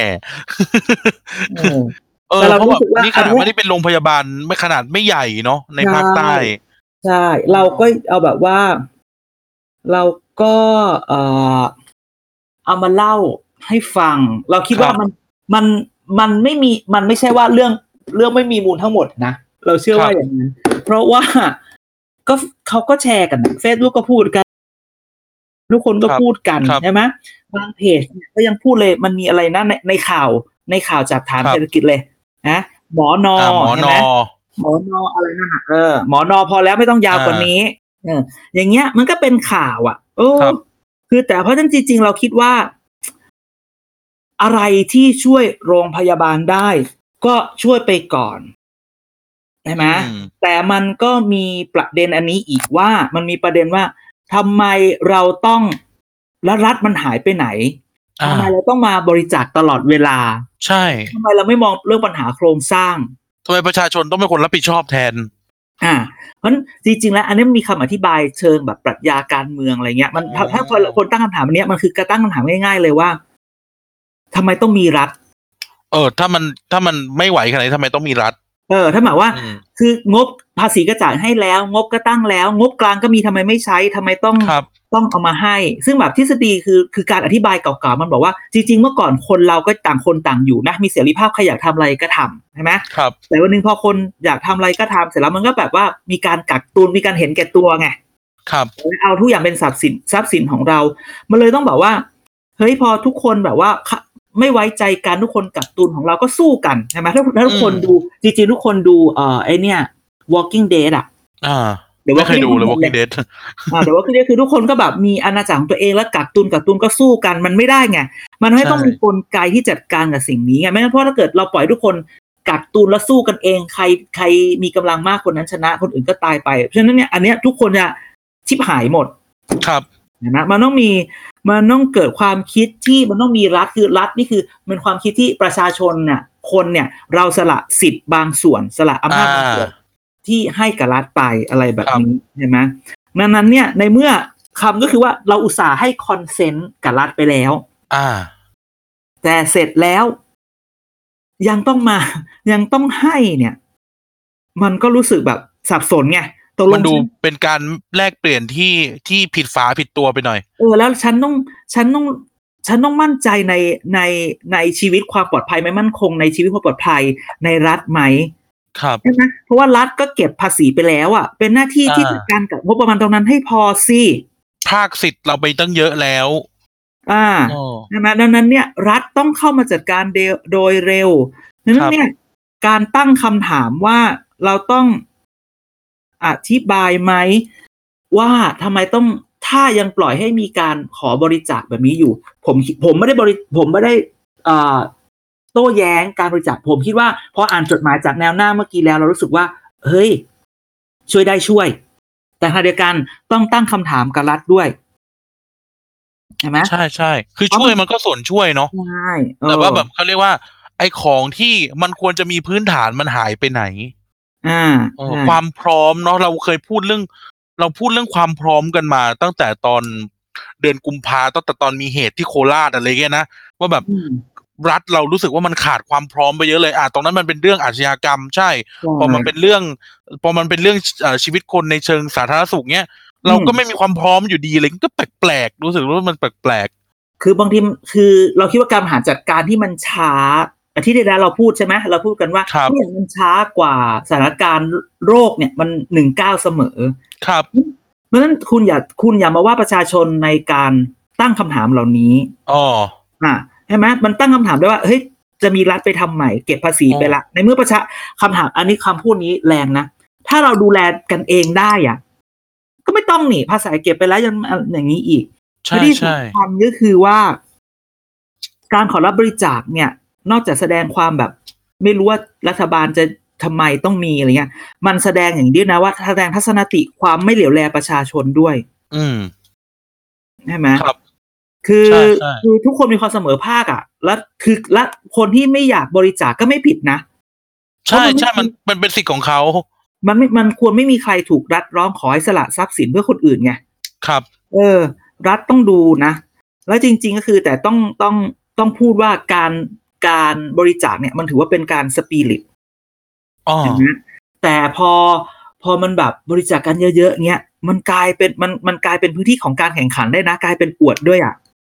แต่เรารู้สึกว่านี่ขนาดไม่ได้เป็นโรงพยาบาลไม่ขนาดไม่ใหญ่เนาะในภาคใต้ใช่เราก็เอาแบบว่าเราก็เอามาเล่าให้ฟังเราคิดว่ามันไม่ใช่ว่าเรื่องไม่มีมูลทั้งหมดนะเราเชื่อว่าอย่างนั้นเพราะว่าก็เขาก็แชร์กันนะ Facebook ก็พูดกันทุกคนก็พูดกันใช่ไหมบางเพจก็ยังพูดเลยมันมีอะไรนะในข่าวจากฐานเศรษฐกิจเลยนะหมอนอใช่ไหมหมอนออะไรนั่นน่ะหมอนอพอแล้วไม่ต้องยาวกว่านี้อย่างเงี้ยมันก็เป็นข่าวอ่ะคือแต่เพราะฉะนั้นจริงๆเราคิดว่าอะไรที่ช่วยโรงพยาบาลได้ก็ช่วยไปก่อนใช่ไหมแต่มันก็มีประเด็นอันนี้อีกว่ามันมีประเด็นว่าทำไมเราต้องแล้วรัฐมันหายไปไหนทำไมเราต้องมาบริจาคตลอดเวลาใช่ทำไมเราไม่มองเรื่องปัญหาโครงสร้างทำไมประชาชนต้องเป็นคนรับผิดชอบแทนเพราะจริงๆแล้วอันนี้มีคำอธิบายเชิงแบบปรัชญาการเมืองอะไรเงี้ยมันถ้าคนตั้งคำถามอันนี้มันคือกระตั้งคำถามง่ายๆเลยว่าทำไมต้องมีรัฐถ้ามันไม่ไหวขนาดนี้ทำไมต้องมีรัฐถ้าหมายว่าคืองบภาษีก็จ่ายให้แล้วงบก็ตั้งแล้วงบกลางก็มีทำไมไม่ใช้ทำไมต้องเอามาให้ซึ่งแบบทฤษฎีคือการอธิบายเก่าๆมันบอกว่าจริงๆเมื่อก่อนคนเราก็ต่างคนต่างอยู่นะมีเสรีภาพใครอยากทำอะไรก็ทำใช่ไหมแต่วันนึงพอคนอยากทำอะไรก็ทำเสร็จแล้วมันก็แบบว่ามีการกักตุนมีการเห็นแก่ตัวไงเอาทุกอย่างเป็นทรัพย์สินของเรามันเลยต้องบอกว่าเฮ้ยพอทุกคนแบบว่าไม่ไว้ใจกันทุกคนกักตุนของเราก็สู้กันใช่ไหมถ้าทุกคนดูจริงๆทุกคนดูไอเนี่ย Walking Dead เดี๋ยวไม่เคยดูเลย Walking Dead เดี๋ยว Walking Dead คือทุกคนก็แบบมีอาณาจักรของตัวเองแล้วกักตุนก็สู้กันมันไม่ได้ไงมันไม่ต้องมีกลไกที่จัดการกับสิ่งนี้ไงไม่งั้นเพราะถ้าเกิดเราปล่อยทุกคนกักตุนแล้วสู้กันเองใครมีกำลังมากคนนั้นชนะคนอื่นก็ตายไปเพราะฉะนั้นเนี่ยอันเนี้ยทุกคนจะชิบหายหมดนะมันต้องเกิดความคิดที่มันต้องมีรัฐคือรัฐนี่คือเป็นความคิดที่ประชาชนเนี่ยคนเนี่ยเราสละสิทธิ์บางส่วนสละอำนาจบางส่วนที่ให้กับรัฐไปอะไรแบบนี้ใช่ไหมดังนั้นเนี่ยในเมื่อคำก็คือว่าเราอุตส่าห์ให้คอนเซนต์กับรัฐไปแล้วแต่เสร็จแล้วยังต้องให้เนี่ยมันก็รู้สึกแบบสับสนไงมันดูเป็นการแลกเปลี่ยนที่ผิดฝาผิดตัวไปหน่อยแล้วฉันต้องมั่นใจในชีวิตความปลอดภัยไม่มั่นคงในชีวิตความปลอดภัยในรัฐไหมใช่ไหมเพราะว่ารัฐก็เก็บภาษีไปแล้วเป็นหน้าที่ที่จัดการกับงบประมาณตรงนั้นให้พอสิภาคสิทธิ์เราไปตั้งเยอะแล้วใช่ไหมดังนั้นเนี่ยรัฐต้องเข้ามาจัดการโดยเร็วดังนั้นเนี่ยการตั้งคำถามว่าเราต้องอธิบายไหมว่าทำไมต้องถ้ายังปล่อยให้มีการขอบริจาคแบบนี้อยู่ผมไม่ได้โต้แย้งการบริจาคผมคิดว่าพออ่านจดหมายจากแนวหน้าเมื่อกี้แล้วเรารู้สึกว่าเฮ้ยช่วยได้ช่วยแต่ขณะเดียวกันต้องตั้งคำถามกับรัฐด้วยใช่ไหมใช่คือช่วยมันก็ส่วนช่วยเนาะใช่แต่ว่าแบบเขาเรียกว่าไอ้ของที่มันควรจะมีพื้นฐานมันหายไปไหนความพร้อมเนาะเราเคยพูดเรื่องความพร้อมกันมาตั้งแต่ตอนเดือนกุมภาตั้งแต่ตอนมีเหตุที่โคราชอะไรเงี้ยนะว่าแบบรัฐเรารู้สึกว่ามันขาดความพร้อมไปเยอะเลยตรงนั้นมันเป็นเรื่องอาชญากรรมใช่พอมันเป็นเรื่องชีวิตคนในเชิงสาธารณสุขเนี้ยเราก็ไม่มีความพร้อมอยู่ดีเลยก็แปลกๆรู้สึกว่ามันแปลกคือบางทีคือเราคิดว่าการบริหารจัดการที่มันช้าอาทิตย์ที่แล้วเราพูดใช่ไหมเราพูดกันว่าทุกอย่างมันช้ากว่าสถานการณ์โรคเนี่ยมัน19เสมอครับเพราะฉะนั้นคุณอย่ามาว่าประชาชนในการตั้งคำถามเหล่านี้ใช่ไหมมันตั้งคำถามได้ว่าเฮ้ยจะมีรัฐไปทำใหม่เก็บภาษีไปละในเมื่อคำถามอันนี้คำพูดนี้แรงนะถ้าเราดูแลกันเองได้ก็ไม่ต้องหนีภาษีเก็บไปแล้วยังอย่างนี้อีกที่สำคัญก็คือว่าการขอรับบริจาคเนี่ยนอกจากแสดงความแบบไม่รู้ว่ารัฐบาลจะทำไมต้องมีอะไรเงี้ยมันแสดงอย่างนี้นะว่าแสดงทัศนคติความไม่เหลียวแลประชาชนด้วยใช่ไหมครับคือทุกคนมีความเสมอภาคและคนที่ไม่อยากบริจาคก็ไม่ผิดนะใช่มันเป็นสิทธิ์ของเขามันควรไม่มีใครถูกรัฐร้องขอให้สละทรัพย์สินเพื่อคนอื่นไงครับรัฐต้องดูนะแล้วจริงๆก็คือแต่ต้องพูดว่าการบริจาคเนี่ยมันถือว่าเป็นการสปิริตแต่พอมันแบบบริจาคกันเยอะๆเงี้ยมันกลายเป็นพื้นที่ของการแข่งขันได้นะกลายเป็นอวดด้วย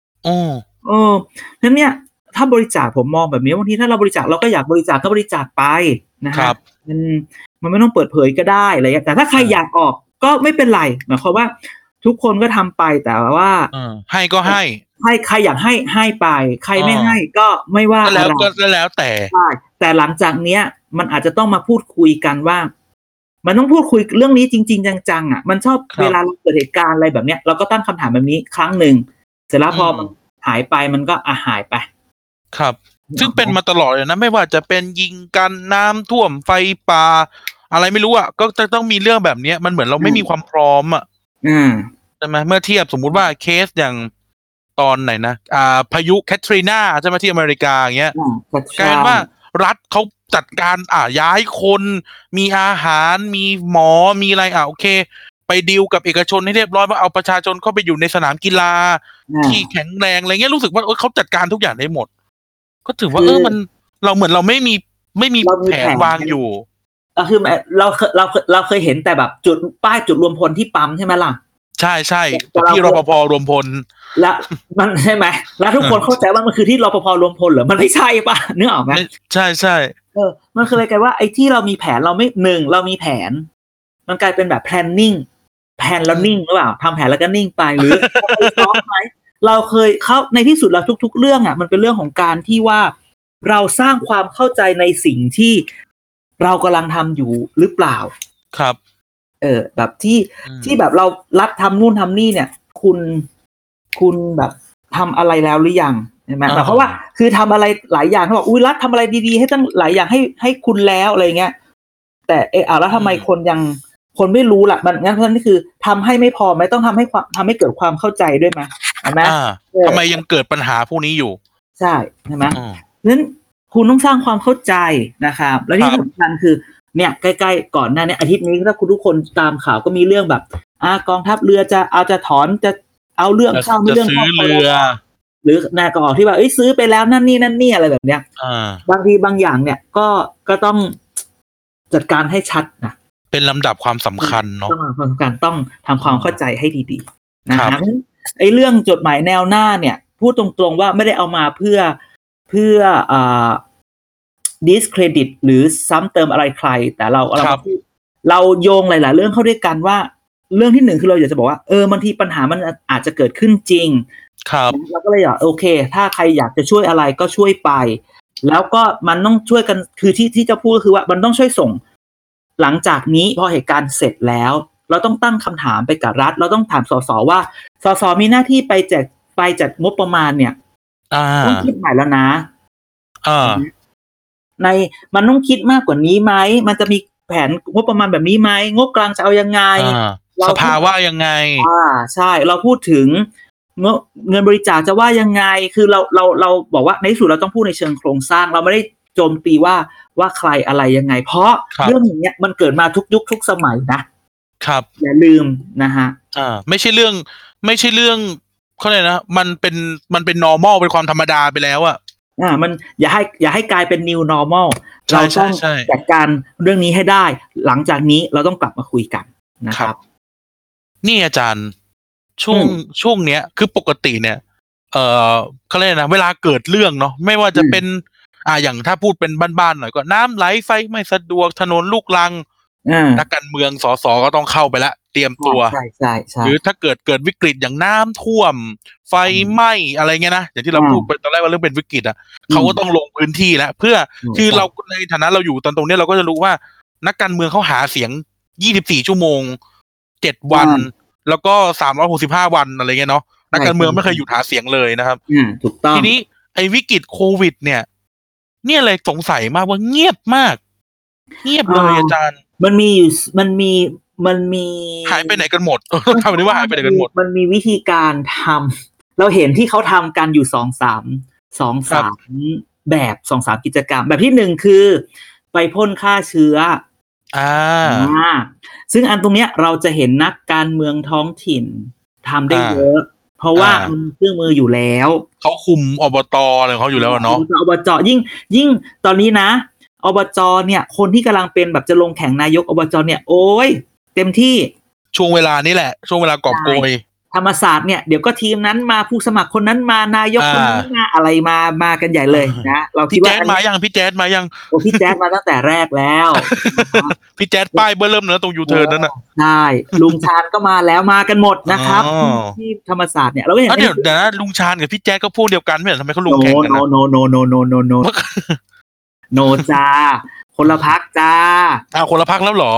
นั้นเนี่ยถ้าบริจาคผมมองแบบนี้บางทีถ้าเราบริจาคเราก็อยากบริจาคก็บริจาคไปนะครับมันไม่ต้องเปิดเผยก็ได้อะไรอย่างแต่ถ้าใครอยากออกก็ไม่เป็นไรหมายความว่าทุกคนก็ทำไปแต่ว่าให้ก็ให้ใครอยากให้ไปใครไม่ให้ก็ไม่ว่าอะไรก็แล้วแต่หลังจากเนี้ยมันอาจจะต้องมาพูดคุยกันว่ามันต้องพูดคุยเรื่องนี้จริงๆจังๆมันชอบเวลาเราเกิดเหตุการณ์อะไรแบบเนี้ยเราก็ตั้งคำถามแบบนี้ครั้งหนึ่งเสร็จแล้วพอมันหายไปมันก็หายไปครับซึ่งเป็นมาตลอดเลยนะไม่ว่าจะเป็นยิงกันน้ำท่วมไฟป่าอะไรไม่รู้ก็จะต้องมีเรื่องแบบนี้มันเหมือนเราไม่มีความพร้อมใช่ไหมเมื่อเทียบสมมุติว่าเคสอย่างตอนไหนนะพายุแคทรีนาใช่ไหมที่อเมริกาอย่างเงี้ยกลายเป็นว่ารัฐเขาจัดการย้ายคนมีอาหารมีหมอมีอะไรโอเคไปดีลกับเอกชนให้เรียบร้อยว่าเอาประชาชนเข้าไปอยู่ในสนามกีฬาที่แข็งแรงอะไรเงี้ยรู้สึกว่าเขาจัดการทุกอย่างได้หมดก็ถือว่ามันเราเหมือนเราไม่มีแผนวางอยู่คือเราเคยเห็นแต่แบบจุดป้ายจุดรวมพลที่ปั๊มใช่ไหมล่ะใช่ที่รปภรวมพลแล้วมันใช่ไหมแล้วทุกคนเข้าใจว่ามันคือที่รปภรวมพลเหรอมันไม่ใช่ป่ะนึกออกไหมใช่มันคืออะไรกันว่าไอ้ที่เรามีแผนเราไม่เรามีแผนมันกลายเป็นแบบ planning แผนแล้วนิ่งหรือเปล่าทำแผนแล้วก็นิ่งไปหรือซ้อมไหมเราเคยเข้าในที่สุดแล้วทุกๆเรื่องมันเป็นเรื่องของการที่ว่าเราสร้างความเข้าใจในสิ่งที่เรากำลังทำอยู่หรือเปล่าครับแบบที่แบบเรารัฐทำนู่นทำนี่เนี่ยคุณแบบทำอะไรแล้วหรือยังใช่ไหมแต่เพราะว่าคือทำอะไรหลายอย่างเขาบอกรัฐทำอะไรดีๆให้ตั้งหลายอย่างให้คุณแล้วอะไรเงี้ยแต่แล้วทำไมคนไม่รู้ล่ะมันงั้นเพราะนั่นคือทำให้ไม่พอไหมต้องทำให้เกิดความเข้าใจด้วยไหมใช่ไหมทำไมยังเกิดปัญหาพวกนี้อยู่ใช่ไหมนั้นคุณต้องสร้างความเข้าใจนะครับแล้วที่สำคัญคือเนี่ยใกล้ๆก่อนหน้านี้อาทิตย์นี้ถ้าคุณทุกคนตามข่าวก็มีเรื่องแบบกองทัพเรือจะถอนจะเอาเรื่องเข้าไม่เรื่องเข้าเรือหรือนายกออกที่ว่าซื้อไปแล้วนั่นนี่อะไรแบบเนี้ยบางทีบางอย่างเนี่ยก็ต้องจัดการให้ชัดนะเป็นลำดับความสำคัญเนาะความสำคัญต้องทำความเข้าใจให้ดีๆนะครับไอ้เรื่องจดหมายแนวหน้าเนี่ยพูดตรงๆว่าไม่ได้เอามาเพื่อdiscredit หรือซ้ำเติมอะไรใครแต่เราโยงหลายๆเรื่องเข้าด้วยกันว่าเรื่องที่หนึ่งคือเราอยากจะบอกว่าบางทีปัญหามันอาจจะเกิดขึ้นจริงครับเราก็เลยโอเคถ้าใครอยากจะช่วยอะไรก็ช่วยไปแล้วก็มันต้องช่วยกันคือที่จะพูดก็คือว่ามันต้องช่วยส่งหลังจากนี้พอเหตุการณ์เสร็จแล้วเราต้องตั้งคำถามไปกับรัฐเราต้องถามสสว่าสสมีหน้าที่ไปจัดงบประมาณเนี่ยต้องคิดใหม่แล้วนะมันต้องคิดมากกว่านี้ไหมมันจะมีแผนงบประมาณแบบนี้ไหมงบกลางจะเอายังไงสภาว่ายังไงใช่เราพูดถึงเงินบริจาคจะว่ายังไงคือเราบอกว่าในที่สุดเราต้องพูดในเชิงโครงสร้างเราไม่ได้โจมตีว่าใครอะไรยังไงเพราะเรื่องอย่างเงี้ยมันเกิดมาทุกยุคทุกสมัยนะครับอย่าลืมนะฮะไม่ใช่เรื่องเขาเลยนะมันเป็น normal เป็นความธรรมดาไปแล้วมันอย่าให้กลายเป็น new normal เราต้องจัดการเรื่องนี้ให้ได้หลังจากนี้เราต้องกลับมาคุยกันนะครับนี่อาจารย์ช่วงเนี้ยคือปกติเนี่ยเขาเรียกนะเวลาเกิดเรื่องเนาะไม่ว่าจะเป็นอย่างถ้าพูดเป็นบ้านๆหน่อยก็น้ำไหลไฟไม่สะดวกถนนลูกรังนักการเมืองสสก็ต้องเข้าไปละเตรียมตัวใช่หรือถ้าเกิดวิกฤตอย่างน้ำท่วมไฟไหม้อะไรเงี้ยนะอย่างที่เราพูดไปตอนแรกว่าเรื่องเป็นวิกฤตเขาก็ต้องลงพื้นที่แล้วเพื่อคือเราในฐานะเราอยู่ตรงนี้เราก็จะรู้ว่านักการเมืองเขาหาเสียง24ชั่วโมง7วันแล้วก็365วันอะไรเงี้ยเนาะนักการเมืองไม่เคยหยุดหาเสียงเลยนะครับถูกต้องทีนี้ไอ้วิกฤตโควิดเนี่ยเลยสงสัยมากว่าเงียบมากเงียบเลยอาจารย์มันมีหายไปไหนกันหมดทำนี้ว่าหายไปไหนกันหมดมันมีวิธีการทำเราเห็นที่เขาทำกันอยู่2-3แบบ 2-3 กิจกรรมแบบที่1คือไปพ่นฆ่าเชื้อซึ่งอันตรงเนี้ยเราจะเห็นนักการเมืองท้องถิ่นทำได้เยอะเพราะว่ามันเครื่องมืออยู่แล้วเขาคุมอบตอะไรของเขาอยู่แล้วเนาะอบจยิ่งตอนนี้นะอบจเนี่ยคนที่กำลังเป็นแบบจะลงแข่งนายกอบจเนี่ยโอ้ยเต็มที่ช่วงเวลานี้แหละช่วงเวลากอบโกยธรรมศาสตร์เนี่ยเดี๋ยวก็ทีมนั้นมาผู้สมัครคนนั้นมานายกคนนั้นมาอะไรมากันใหญ่เลยนะเราคิดว่าพี่แจ๊ดมายังพี่แจ๊ดมาตั้งแต่แรกแล้วพี่แจ๊ดป้ายเบอร์เริ่มเนื้อตรงยูเทิร์นนั่นน่ะใช่ลุงชาญก็มาแล้วมากันหมดนะครับที่ธรรมศาสตร์เนี่ยเราก็เห็นเดี๋ยวนะลุงชาญกับพี่แจ๊ดก็พวกเดียวกันไม่เหรอทำไมเขาลงแข่งกันนะโนจ้าคนละพรรคจ้าคนละพรรคแล้วเหรอ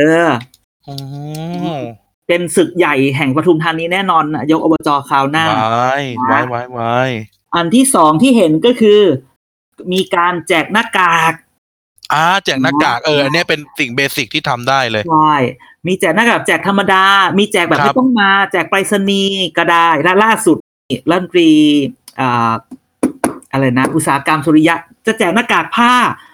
เป็นศึกใหญ่แห่งปทุมธานีแน่นอนนายกอบจคราวหน้าว้ายอันที่2ที่เห็นก็คือมีการแจกหน้ากากแจกหน้ากากอันนี้เป็นสิ่งเบสิกที่ทำได้เลยใช่มีแจกหน้ากากแจกธรรมดามีแจกแบบไม่ต้องมาแจกไปรษณีย์ก็ได้และล่าสุดรัฐมนตรีอะไรนะอุตสาหกรรมสุริยะจะแจกหน้ากากผ้า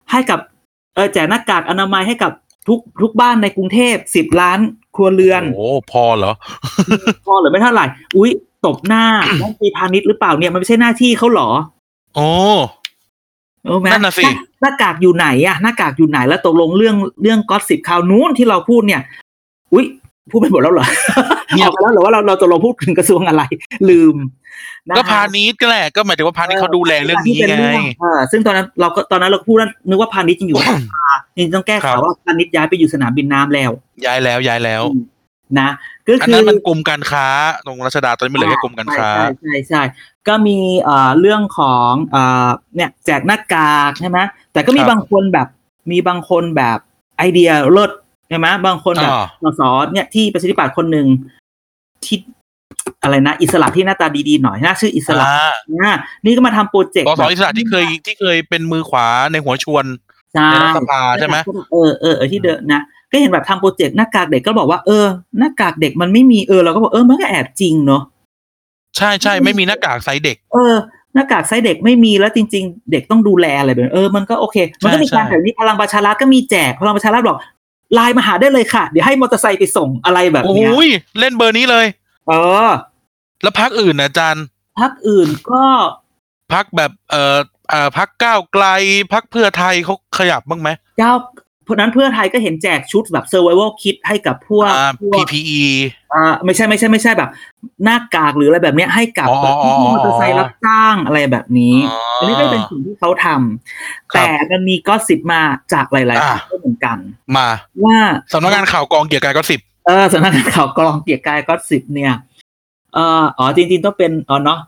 ให้กับแจกหน้ากากอนามัยให้กับทุกบ้านในกรุงเทพ10 ล้านครัวเรือนโอ้พอเหรอพอหรือไม่เท่าไหร่อุ๊ยตบหน้ารัฐมนตรีพาณิชย์หรือเปล่าเนี่ยมันไม่ใช่หน้าที่เขาหรอโอ้นั่นน่ะสิหน้ากากอยู่ไหนอะหน้ากากอยู่ไหนแล้วตกลงเรื่องก็อตสิบคราวนู้นที่เราพูดเนี่ยอุ๊ยพูดไปหมดแล้วเหรอออกไปแล้วหรือว่าเราจะลงพูดถึงกระทรวงอะไรลืมก็พาณิชย์ก็แหละก็หมายถึงว่าพาณิชย์เขาดูแลเรื่องนี้ไงซึ่งตอนนั้นเราพูดนึกว่าพาณิชย์จริงอยู่จริงต้องแก้ข่าวว่าพาณิชย์ย้ายไปอยู่สนามบินน้ำแล้วย้ายแล้วนะก็คืออันนั้นมันกรมการค้าตรงรัชดาตอนนี้มันเหลือแค่กรมการค้าใช่ก็มีเรื่องของเนี่ยแจกหน้ากากใช่ไหมแต่ก็มีบางคนแบบไอเดียเลิศใช่ไหมบางคนแบบส.เนี่ยที่ประชาธิปัตย์คนหนึ่งที่อะไรนะอิสระที่หน้าตาดีๆหน่อยนะชื่ออิสระนี่ก็มาทำโปรเจกต์ส.อิสระที่เคยเป็นมือขวาในหัวชวนในรัฐสภาใช่ไหมที่เดินนะก็เห็นแบบทำโปรเจกต์หน้ากากเด็กก็บอกว่าหน้ากากเด็กมันไม่มีเราก็บอกมันก็แอบจริงเนาะใช่ไม่มีหน้ากากไซส์เด็กหน้ากากไซส์เด็กไม่มีแล้วจริงๆเด็กต้องดูแลอะไรแบบมันก็โอเคมันก็มีการแบบนี้พลังประชารัฐก็มีแจกพลังประชารัฐบอกไลน์มาหาได้เลยค่ะเดี๋ยวให้มอเตอร์ไซค์ไปส่งอะไรแบบนี้โอ้ยเล่นเบอร์นี้เลยแล้วพรรคอื่นอาจารย์พรรคอื่นก็พรรคแบบพรรคก้าวไกลพรรคเพื่อไทยเขาขยับบ้างไหมเพราะนั้นเพื่อไทยก็เห็นแจกชุดแบบ survival kit ให้กับพวก PPE ไม่ใช่แบบหน้ากากหรืออะไรแบบนี้ให้กับที่มอเตอร์ไซค์รับจ้างอะไรแบบนี้อันนี้ก็เป็นสิ่งที่เขาทำแต่มันมีก็สิบมาจากหลายๆที่ก็เหมือนกันมาว่าสำนักงานข่าวกองเกียรติกายก็สิบสำนักงานข่าวกองเกียรติกายก็สิบเนี่ยจริงๆต้องเป็นเนาะ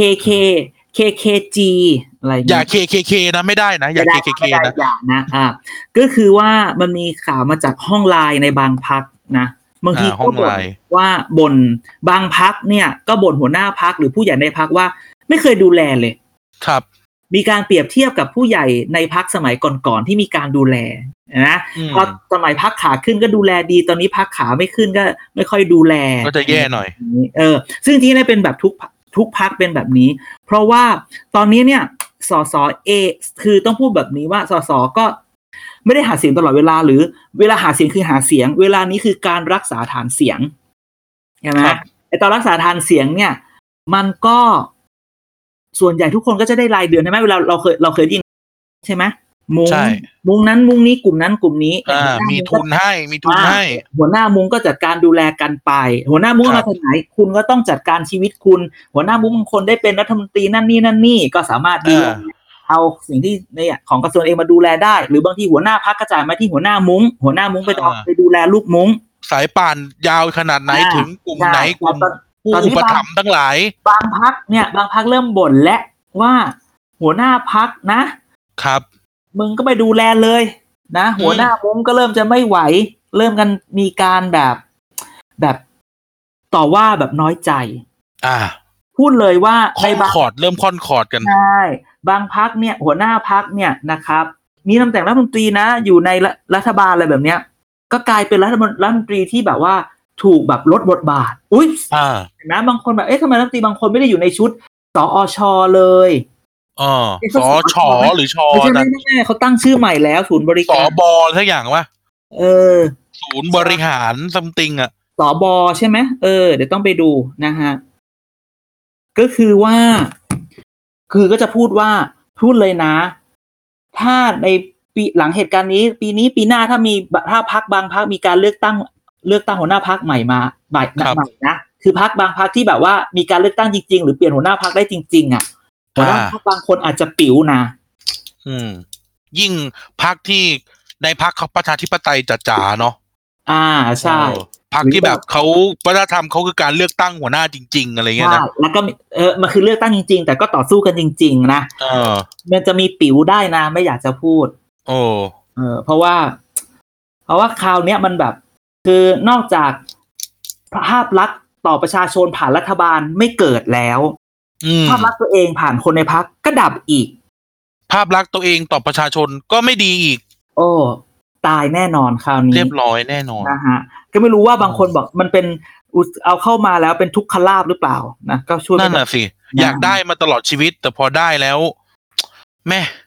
KKG อะไรอย่า KKK นะไม่ได้นะอย่า KKK นะอย่าก็คือว่ามันมีข่าวมาจากห้องไลน์ในบางพรรคนะบางทีก็บ่นว่าบ่นบางพรรคเนี่ยก็บ่นหัวหน้าพรรคหรือผู้ใหญ่ในพรรคว่าไม่เคยดูแลเลยครับมีการเปรียบเทียบกับผู้ใหญ่ในพรรคสมัยก่อนๆที่มีการดูแลนะพอสมัยพรรคขาขึ้นก็ดูแลดีตอนนี้พรรคขาไม่ขึ้นก็ไม่ค่อยดูแลก็จะแย่หน่อยซึ่งที่นี่เป็นแบบทุกพรรคเป็นแบบนี้เพราะว่าตอนนี้เนี่ยสสคือต้องพูดแบบนี้ว่าสสก็ไม่ได้หาเสียงตลอดเวลาหรือเวลาหาเสียงคือหาเสียงเวลานี้คือการรักษาฐานเสียงใช่ไหมไอตอนรักษาฐานเสียงเนี่ยมันก็ส่วนใหญ่ทุกคนก็จะได้รายเดือนใช่ไหมเวลาเราเคยได้ยินใช่ไหมมุ้งนั้นมุ้งนี้กลุ่มนั้นกลุ่มนี้มีทุนให้หัวหน้ามุ้งก็จัดการดูแลกันไปหัวหน้ามุ้งมาจากไหนคุณก็ต้องจัดการชีวิตคุณหัวหน้ามุ้งบางคนได้เป็นรัฐมนตรีนั่นนี่ก็สามารถดูเอาสิ่งที่เนี่ยของกระทรวงเองมาดูแลได้หรือบางทีหัวหน้าพรรคกระจายมาที่หัวหน้ามุ้งไปดูแลลูกมุ้งสายป่านยาวขนาดไหนถึงกลุ่มไหนกลุ่มผู้อุปถัมภ์ทั้งหลายบางพรรคเริ่มบ่นและว่าหัวหน้าพรรคนะครับมึงก็ไปดูแลเลยนะหัวหน้ามุ้งก็เริ่มจะไม่ไหวเริ่มกันมีการแบบต่อว่าแบบน้อยใจพูดเลยว่าในบางเริ่มค่อนคอร์ดกันใช่บางพรรคเนี่ยหัวหน้าพรรคเนี่ยนะครับมีตำแหน่งรัฐมนตรีนะอยู่ในรัฐบาลอะไรแบบเนี้ยก็กลายเป็นรัฐมนตรีที่แบบว่าถูกแบบลดบทบาทนะบางคนแบบทำไมรัฐมนตรีบางคนไม่ได้อยู่ในชุดสอช.เลยสช.หรือช. ไม่ใช่เขาตั้งชื่อใหม่แล้วศูนย์บริการสบ.ทุกอย่างวะศูนย์บริหารซัมติงสบ.ใช่ไหมเดี๋ยวต้องไปดูนะฮะก็คือว่าก็จะพูดเลยนะถ้าในปีหลังเหตุการณ์นี้ปีหน้าถ้าพรรคบางพรรคมีการเลือกตั้งหัวหน้าพรรคใหม่มาใหม่นะคือพรรคบางพรรคที่แบบว่ามีการเลือกตั้งจริงๆหรือเปลี่ยนหัวหน้าพรรคได้จริงๆหัวหน้าพรรคบางคนอาจจะปิ๋วนะยิ่งพรรคที่ในพรรคประชาธิปไตยจ๋าๆเนาะใช่พรรคที่แบบเขาวัฒนธรรมเขาคือการเลือกตั้งหัวหน้าจริงๆอะไรเงี้ยนะแล้วก็มันคือเลือกตั้งจริงๆแต่ก็ต่อสู้กันจริงๆนะมันจะมีปิ๋วได้นะไม่อยากจะพูดเพราะว่าคราวนี้มันแบบคือนอกจากภาพลักษณ์ต่อประชาชนผ่านรัฐบาลไม่เกิดแล้วภาพลักษณ์ตัวเองผ่านคนในพรรคก็ดับอีกภาพลักษณ์ตัวเองต่อประชาชนก็ไม่ดีอีกตายแน่นอนคราวนี้เรียบร้อยแน่นอนนะฮะก็ไม่รู้ว่าบางคนบอกมันเป็นเอาเข้ามาแล้วเป็นทุกขลาภหรือเปล่านะก็ช่วยนั่นน่ะสิอยากได้มาตลอดชีวิตแต่พอได้แล้วแม่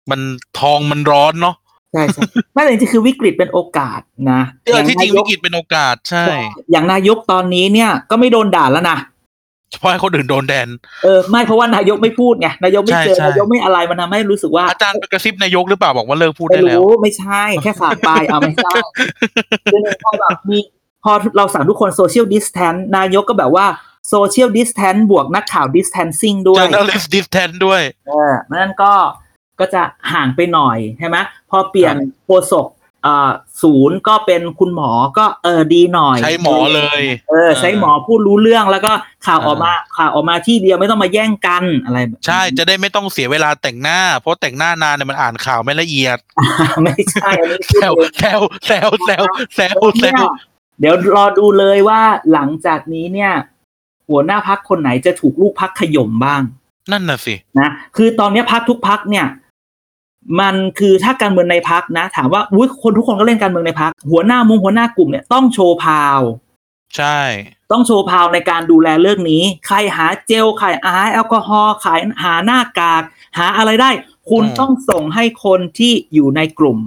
มันทองมันร้อนเนาะใช่ไม่แต่จริงๆคือวิกฤตเป็นโอกาสนะที่จริงวิกฤตเป็นโอกาสใช่อย่างนายกตอนนี้เนี่ยก็ไม่โดนด่าแล้วนะเพราะให้คนอื่นโดนแดนไม่เพราะว่านายกไม่พูดไงนายกไม่เจอนายกไม่อะไรมันทำให้รู้สึกว่าอาจารย์ไปกระซิบนายกหรือเปล่าบอกว่าเลิกพูดได้แล้วไม่ใช่แค่ฝากไปไม่ใช่คือพอแบบพอเราสั่งทุกคนโซเชียลดิสแทนซ์นายกก็แบบว่าโซเชียลดิสแทนซ์บวกนักข่าวดิสแทนซิ่งด้วย journalist distance ด้วยนั่นก็จะห่างไปหน่อยใช่ไหมพอเปลี่ยนโฆษกศูนย์ก็เป็นคุณหมอก็ดีหน่อยใช้หมอเลยใช้หมอพูดรู้เรื่องแล้วก็ข่าวออกมาที่เดียวไม่ต้องมาแย่งกันอะไรแบบใช่จะได้ไม่ต้องเสียเวลาแต่งหน้าเพราะแต่งหน้านานเนี่ยมันอ่านข่าวไม่ละเอียดไม่ใช่อันนี้แซวเดี๋ยวรอดูเลยว่าหลังจากนี้เนี่ยหัวหน้าพรรคคนไหนจะถูกลูกพรรคขย่มบ้างนั่นน่ะสินะคือตอนนี้พรรคทุกพรรคเนี่ยมันคือถ้าการเมืองในพรรคนะถามว่าคนทุกคนก็เล่นการเมืองในพรรคหัวหน้ากลุ่มเนี่ยต้องโชว์พาวใช่ต้องโชว์พาวในการดูแลเรื่องนี้ใครหาเจลใครหาแอลกอฮอล์ขายหาหน้ากากหาอะไรได้คุณต้องส่งให้คนที่อยู่ในกลุ่ม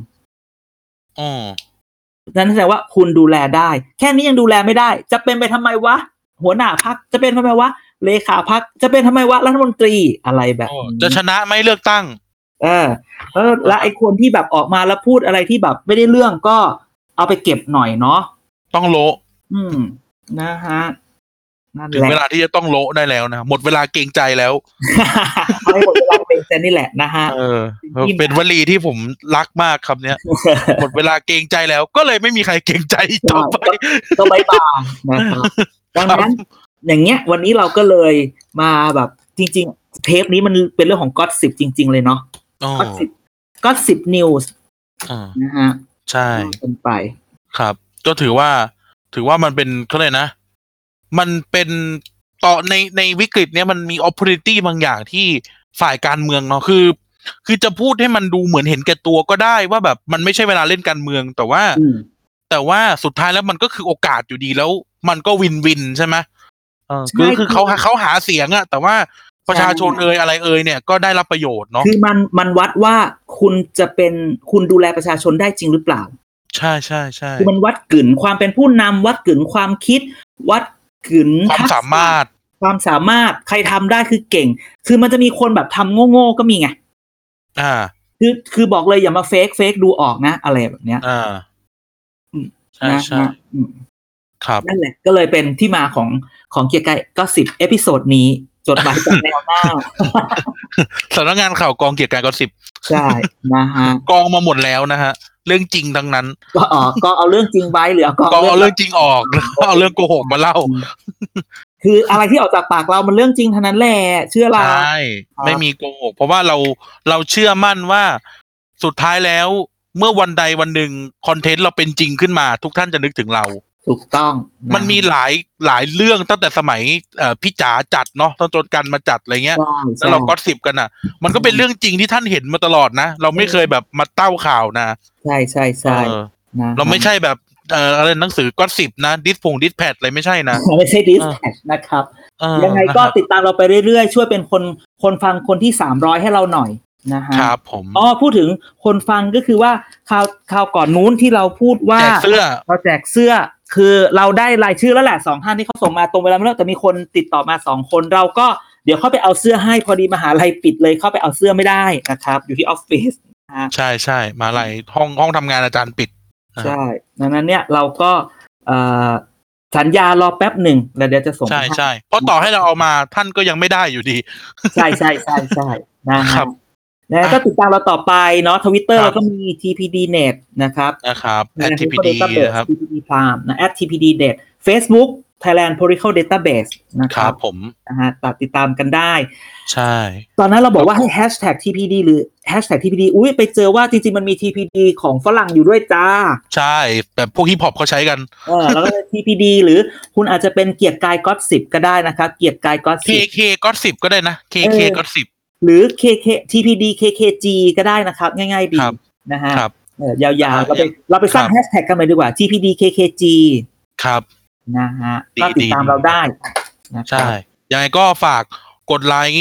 นั่นแสดงว่าคุณดูแลได้แค่นี้ยังดูแลไม่ได้จะเป็นไปทำไมวะหัวหน้าพรรคจะเป็นทำไมวะเลขาพรรคจะเป็นทำไมวะรัฐมนตรีอะไรแบบนี้จะชนะไม่เลือกตั้งแล้วไอ้คนที่แบบออกมาแล้วพูดอะไรที่แบบไม่ได้เรื่องก็เอาไปเก็บหน่อยเนาะต้องโละนะฮะถึงเวลาที่จะต้องโละได้แล้วนะหมดเวลาเกรงใจแล้วไม่หมดเวลาเกรงใจนี่แหละนะฮะเป็นวลีที่ผมรักมากครับเนี้ยหมดเวลาเกรงใจแล้วก็เลยไม่มีใครเกรงใจต่อไปก็บายบายนะครับดังนั้นอย่างเงี้ยวันนี้เราก็เลยมาแบบจริงๆเทปนี้มันเป็นเรื่องของGossipจริงๆเลยเนาะGossip News นะฮะใช่เป็นไปครับก็ถือว่ามันเป็นเขาเลยนะมันเป็นต่อในวิกฤตเนี้ยมันมี opportunity บางอย่างที่ฝ่ายการเมืองเนาะคือจะพูดให้มันดูเหมือนเห็นแก่ตัวก็ได้ว่าแบบมันไม่ใช่เวลาเล่นการเมืองแต่ว่าสุดท้ายแล้วมันก็คือโอกาสอยู่ดีแล้วมันก็วินใช่ไหมคือเขาหาเสียงอะแต่ว่าประชาชนอะไรเนี่ยก็ได้รับประโยชน์เนาะคือมันวัดว่าคุณดูแลประชาชนได้จริงหรือเปล่าใช่คือมันวัดกึ่นความเป็นผู้นำวัดกึ่นความคิดวัดกึ่นความสามารถใครทำได้คือเก่งคือมันจะมีคนแบบทำโง่ๆก็มีไงคือบอกเลยอย่ามาเฟกดูออกนะอะไรแบบเนี้ยใช่ครับนั่นแหละก็เลยเป็นที่มาของเกียร์กายGossipเอพิโซดนี้จดหมายจากแนวหน้าสำนักงานข่าวกองเกียรติกายGossip ใช่นะฮะกองมาหมดแล้วนะฮะเรื่องจริงทั้งนั้นก็เอาเรื่องจริงไว้หรือเอาเรื่องจริงออกแล้วเอาเรื่องโกหกมาเล่าคืออะไรที่ออกจากปากเรามันเรื่องจริงทั้งนั้นแหละเชื่อเราใช่ไม่มีโกหกเพราะว่าเราเชื่อมั่นว่าสุดท้ายแล้วเมื่อวันใดวันหนึ่งคอนเทนต์เราเป็นจริงขึ้นมาทุกท่านจะนึกถึงเราถูกต้องมันมีหลายเรื่องตั้งแต่สมัยพี่จ๋าจัดเนาะจนกันมาจัดอะไรเงี้ยแล้วเราก็10กันอ่ะมันก็เป็นเรื่องจริงที่ท่านเห็นมาตลอดนะเราไม่เคยแบบมาเต้าข่าวนะใช่เราไม่ใช่แบบอะไรหนังสือก็10นะดิสแพดอะไรไม่ใช่นะไม่ใช่ดิสแพดนะครับยังไงก็ติดตามเราไปเรื่อยๆช่วยเป็นคนฟังคนที่300ให้เราหน่อยนะฮะครับผมพูดถึงคนฟังก็คือว่าข่าวก่อนนู้นที่เราพูดว่าเราแจกเสื้อคือเราได้รายชื่อแล้วแหละ2ท่านที่เขาส่งมาตรงเวลาแล้วแต่มีคนติดต่อมา2คนเราก็เดี๋ยวเข้าไปเอาเสื้อให้พอดีมหาลัยปิดเลยเข้าไปเอาเสื้อไม่ได้นะครับอยู่ที่ออฟฟิศใช่มหาลัยห้องทำงานอาจารย์ปิดใช่ดังนั้นเนี่ยเราก็สัญญารอแป๊บหนึ่งแล้วเดี๋ยวจะส่งใช่เพราะต่อให้เราเอามาท่านก็ยังไม่ได้อยู่ดีใช่นะครับแล้วก็ติดตามเราต่อไปเนาะ Twitter เราก็มี TPDNet นะครับ @TPD นะครับ TPD Farm นะ @TPDNet Facebook Thailand Political Database นะครับผมนะฮะติดตามกันได้ใช่ตอนนั้นเราบอกว่าให้ #TPD หรือ #TPD ไปเจอว่าจริงๆมันมี TPD ของฝรั่งอยู่ด้วยจ้าใช่แบบพวกฮิปฮอปเขาใช้กันแล้วก็ TPD หรือคุณอาจจะเป็นเกียรติกายGossipก็ได้นะครับเกียรติกายGossip KK Gossip ก็ได้นะ KK Gossip หรือ KK TPD KKG ก็ได้นะครับง่ายๆดีนะฮะยาวๆเราไปสร้างแฮชแท็กกันเลยดีกว่า TPD KKG ครับนะฮะก็ติดตามเราได้ใช่ยังไงก็ฝากกดไลค์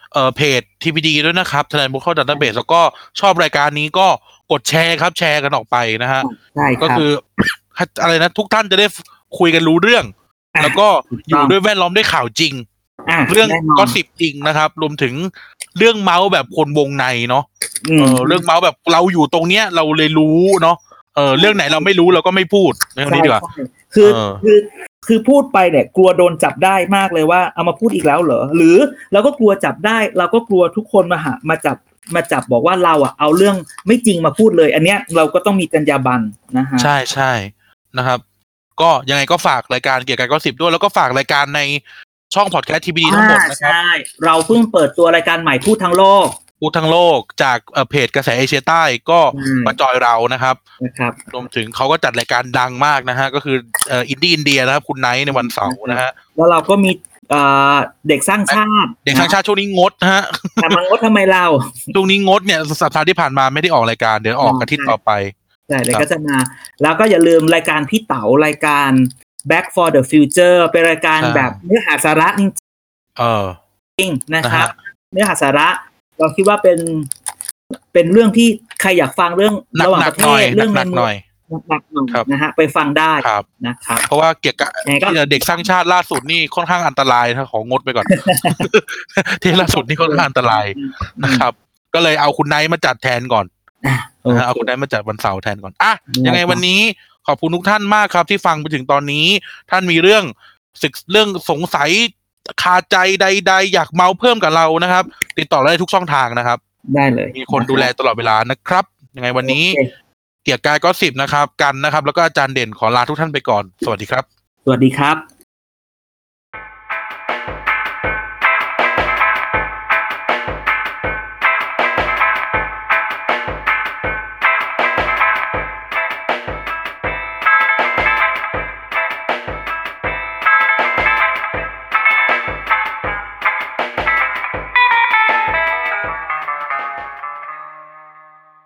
เพจ TPD ด้วยนะครับ Thailand Protocol Database แล้วก็ชอบรายการนี้ก็กดแชร์ครับแชร์กันออกไปนะฮะใช่ครับก็คือ อะไรนะทุกท่านจะได้คุยกันรู้เรื่อง แล้วก็อยู่ด้วยแวดล้อมด้วยข่าวจริง เรื่องก็สิบจริงนะครับรวมถึงเรื่องเมาส์แบบคนวงในเนาะเรื่องเมาส์แบบเราอยู่ตรงเนี้ยเราเลยรู้เนาะเรื่องไหนเราไม่รู้เราก็ไม่พูดในวันนี้ดีกว่าคือพูดไปเนี่ยกลัวโดนจับได้มากเลยว่าเอามาพูดอีกแล้วเหรอหรือเราก็กลัวจับได้เราก็กลัวทุกคนมาจับบอกว่าเราอ่ะเอาเรื่องไม่จริงมาพูดเลยอันเนี้ยเราก็ต้องมีจรรยาบรรณนะฮะใช่นะครับก็ยังไงก็ฝากรายการเกี่ยวกับก็10ด้วยแล้วก็ฝากรายการในช่องพอดแคสต์ TPD ทั้งหมดนะครับใช่เราเพิ่งเปิดตัวรายการใหม่พูดทั้งโลกจากเพจกระแสเอเชียใต้ก็มาจอยเรานะครับรวมถึงเขาก็จัดรายการดังมากนะฮะก็คืออินดี้นะครับคุณไนท์ในวันเสาร์นะฮะแล้วเราก็มีเด็กสร้างชาติช่วงนี้งดฮะแต่มันงดทำไมเราช่วงนี้งดเนี่ยสัปดาห์ที่ผ่านมาไม่ได้ออกรายการเดี๋ยวออกอาทิตย์ต่อไปใช่เลยก็จะมาแล้วก็อย่าลืมรายการพี่เต๋ารายการ Back for the Future เป็นรายการแบบเนื้อหาสาระจริงๆนะครับเนื้อหาสาระเราคิดว่าเป็นเรื่องที่ใครอยากฟังเรื่องระหว่างประเทศเรื่องหนักหน่อยนะฮะไปฟังได้นะครับเพราะว่าเกี่ยวกับเด็กสร้างชาติล่าสุดนี่ค่อนข้างอันตรายนะของงดไปก่อน ที่ล่าสุดนี่ค่อนข้างอันตรายนะครับก็เลยเอาคุณไนท์มาจัดแทนก่อนเอาคุณไนท์มาจัดวันเสาร์แทนก่อนยังไงวันนี้ขอบคุณทุกท่านมากครับที่ฟังไปถึงตอนนี้ท่านมีเรื่องสงสัยคาใจใดๆอยากเมาเพิ่มกับเรานะครับติดต่อได้ทุกช่องทางนะครับได้เลยมีคนดูแลตลอดเวลานะครับยังไงวันนี้เกียรติกายก็10นะครับกันนะครับแล้วก็อาจารย์เด่นขอลาทุกท่านไปก่อนสวัสดีครับสวัสดีครับ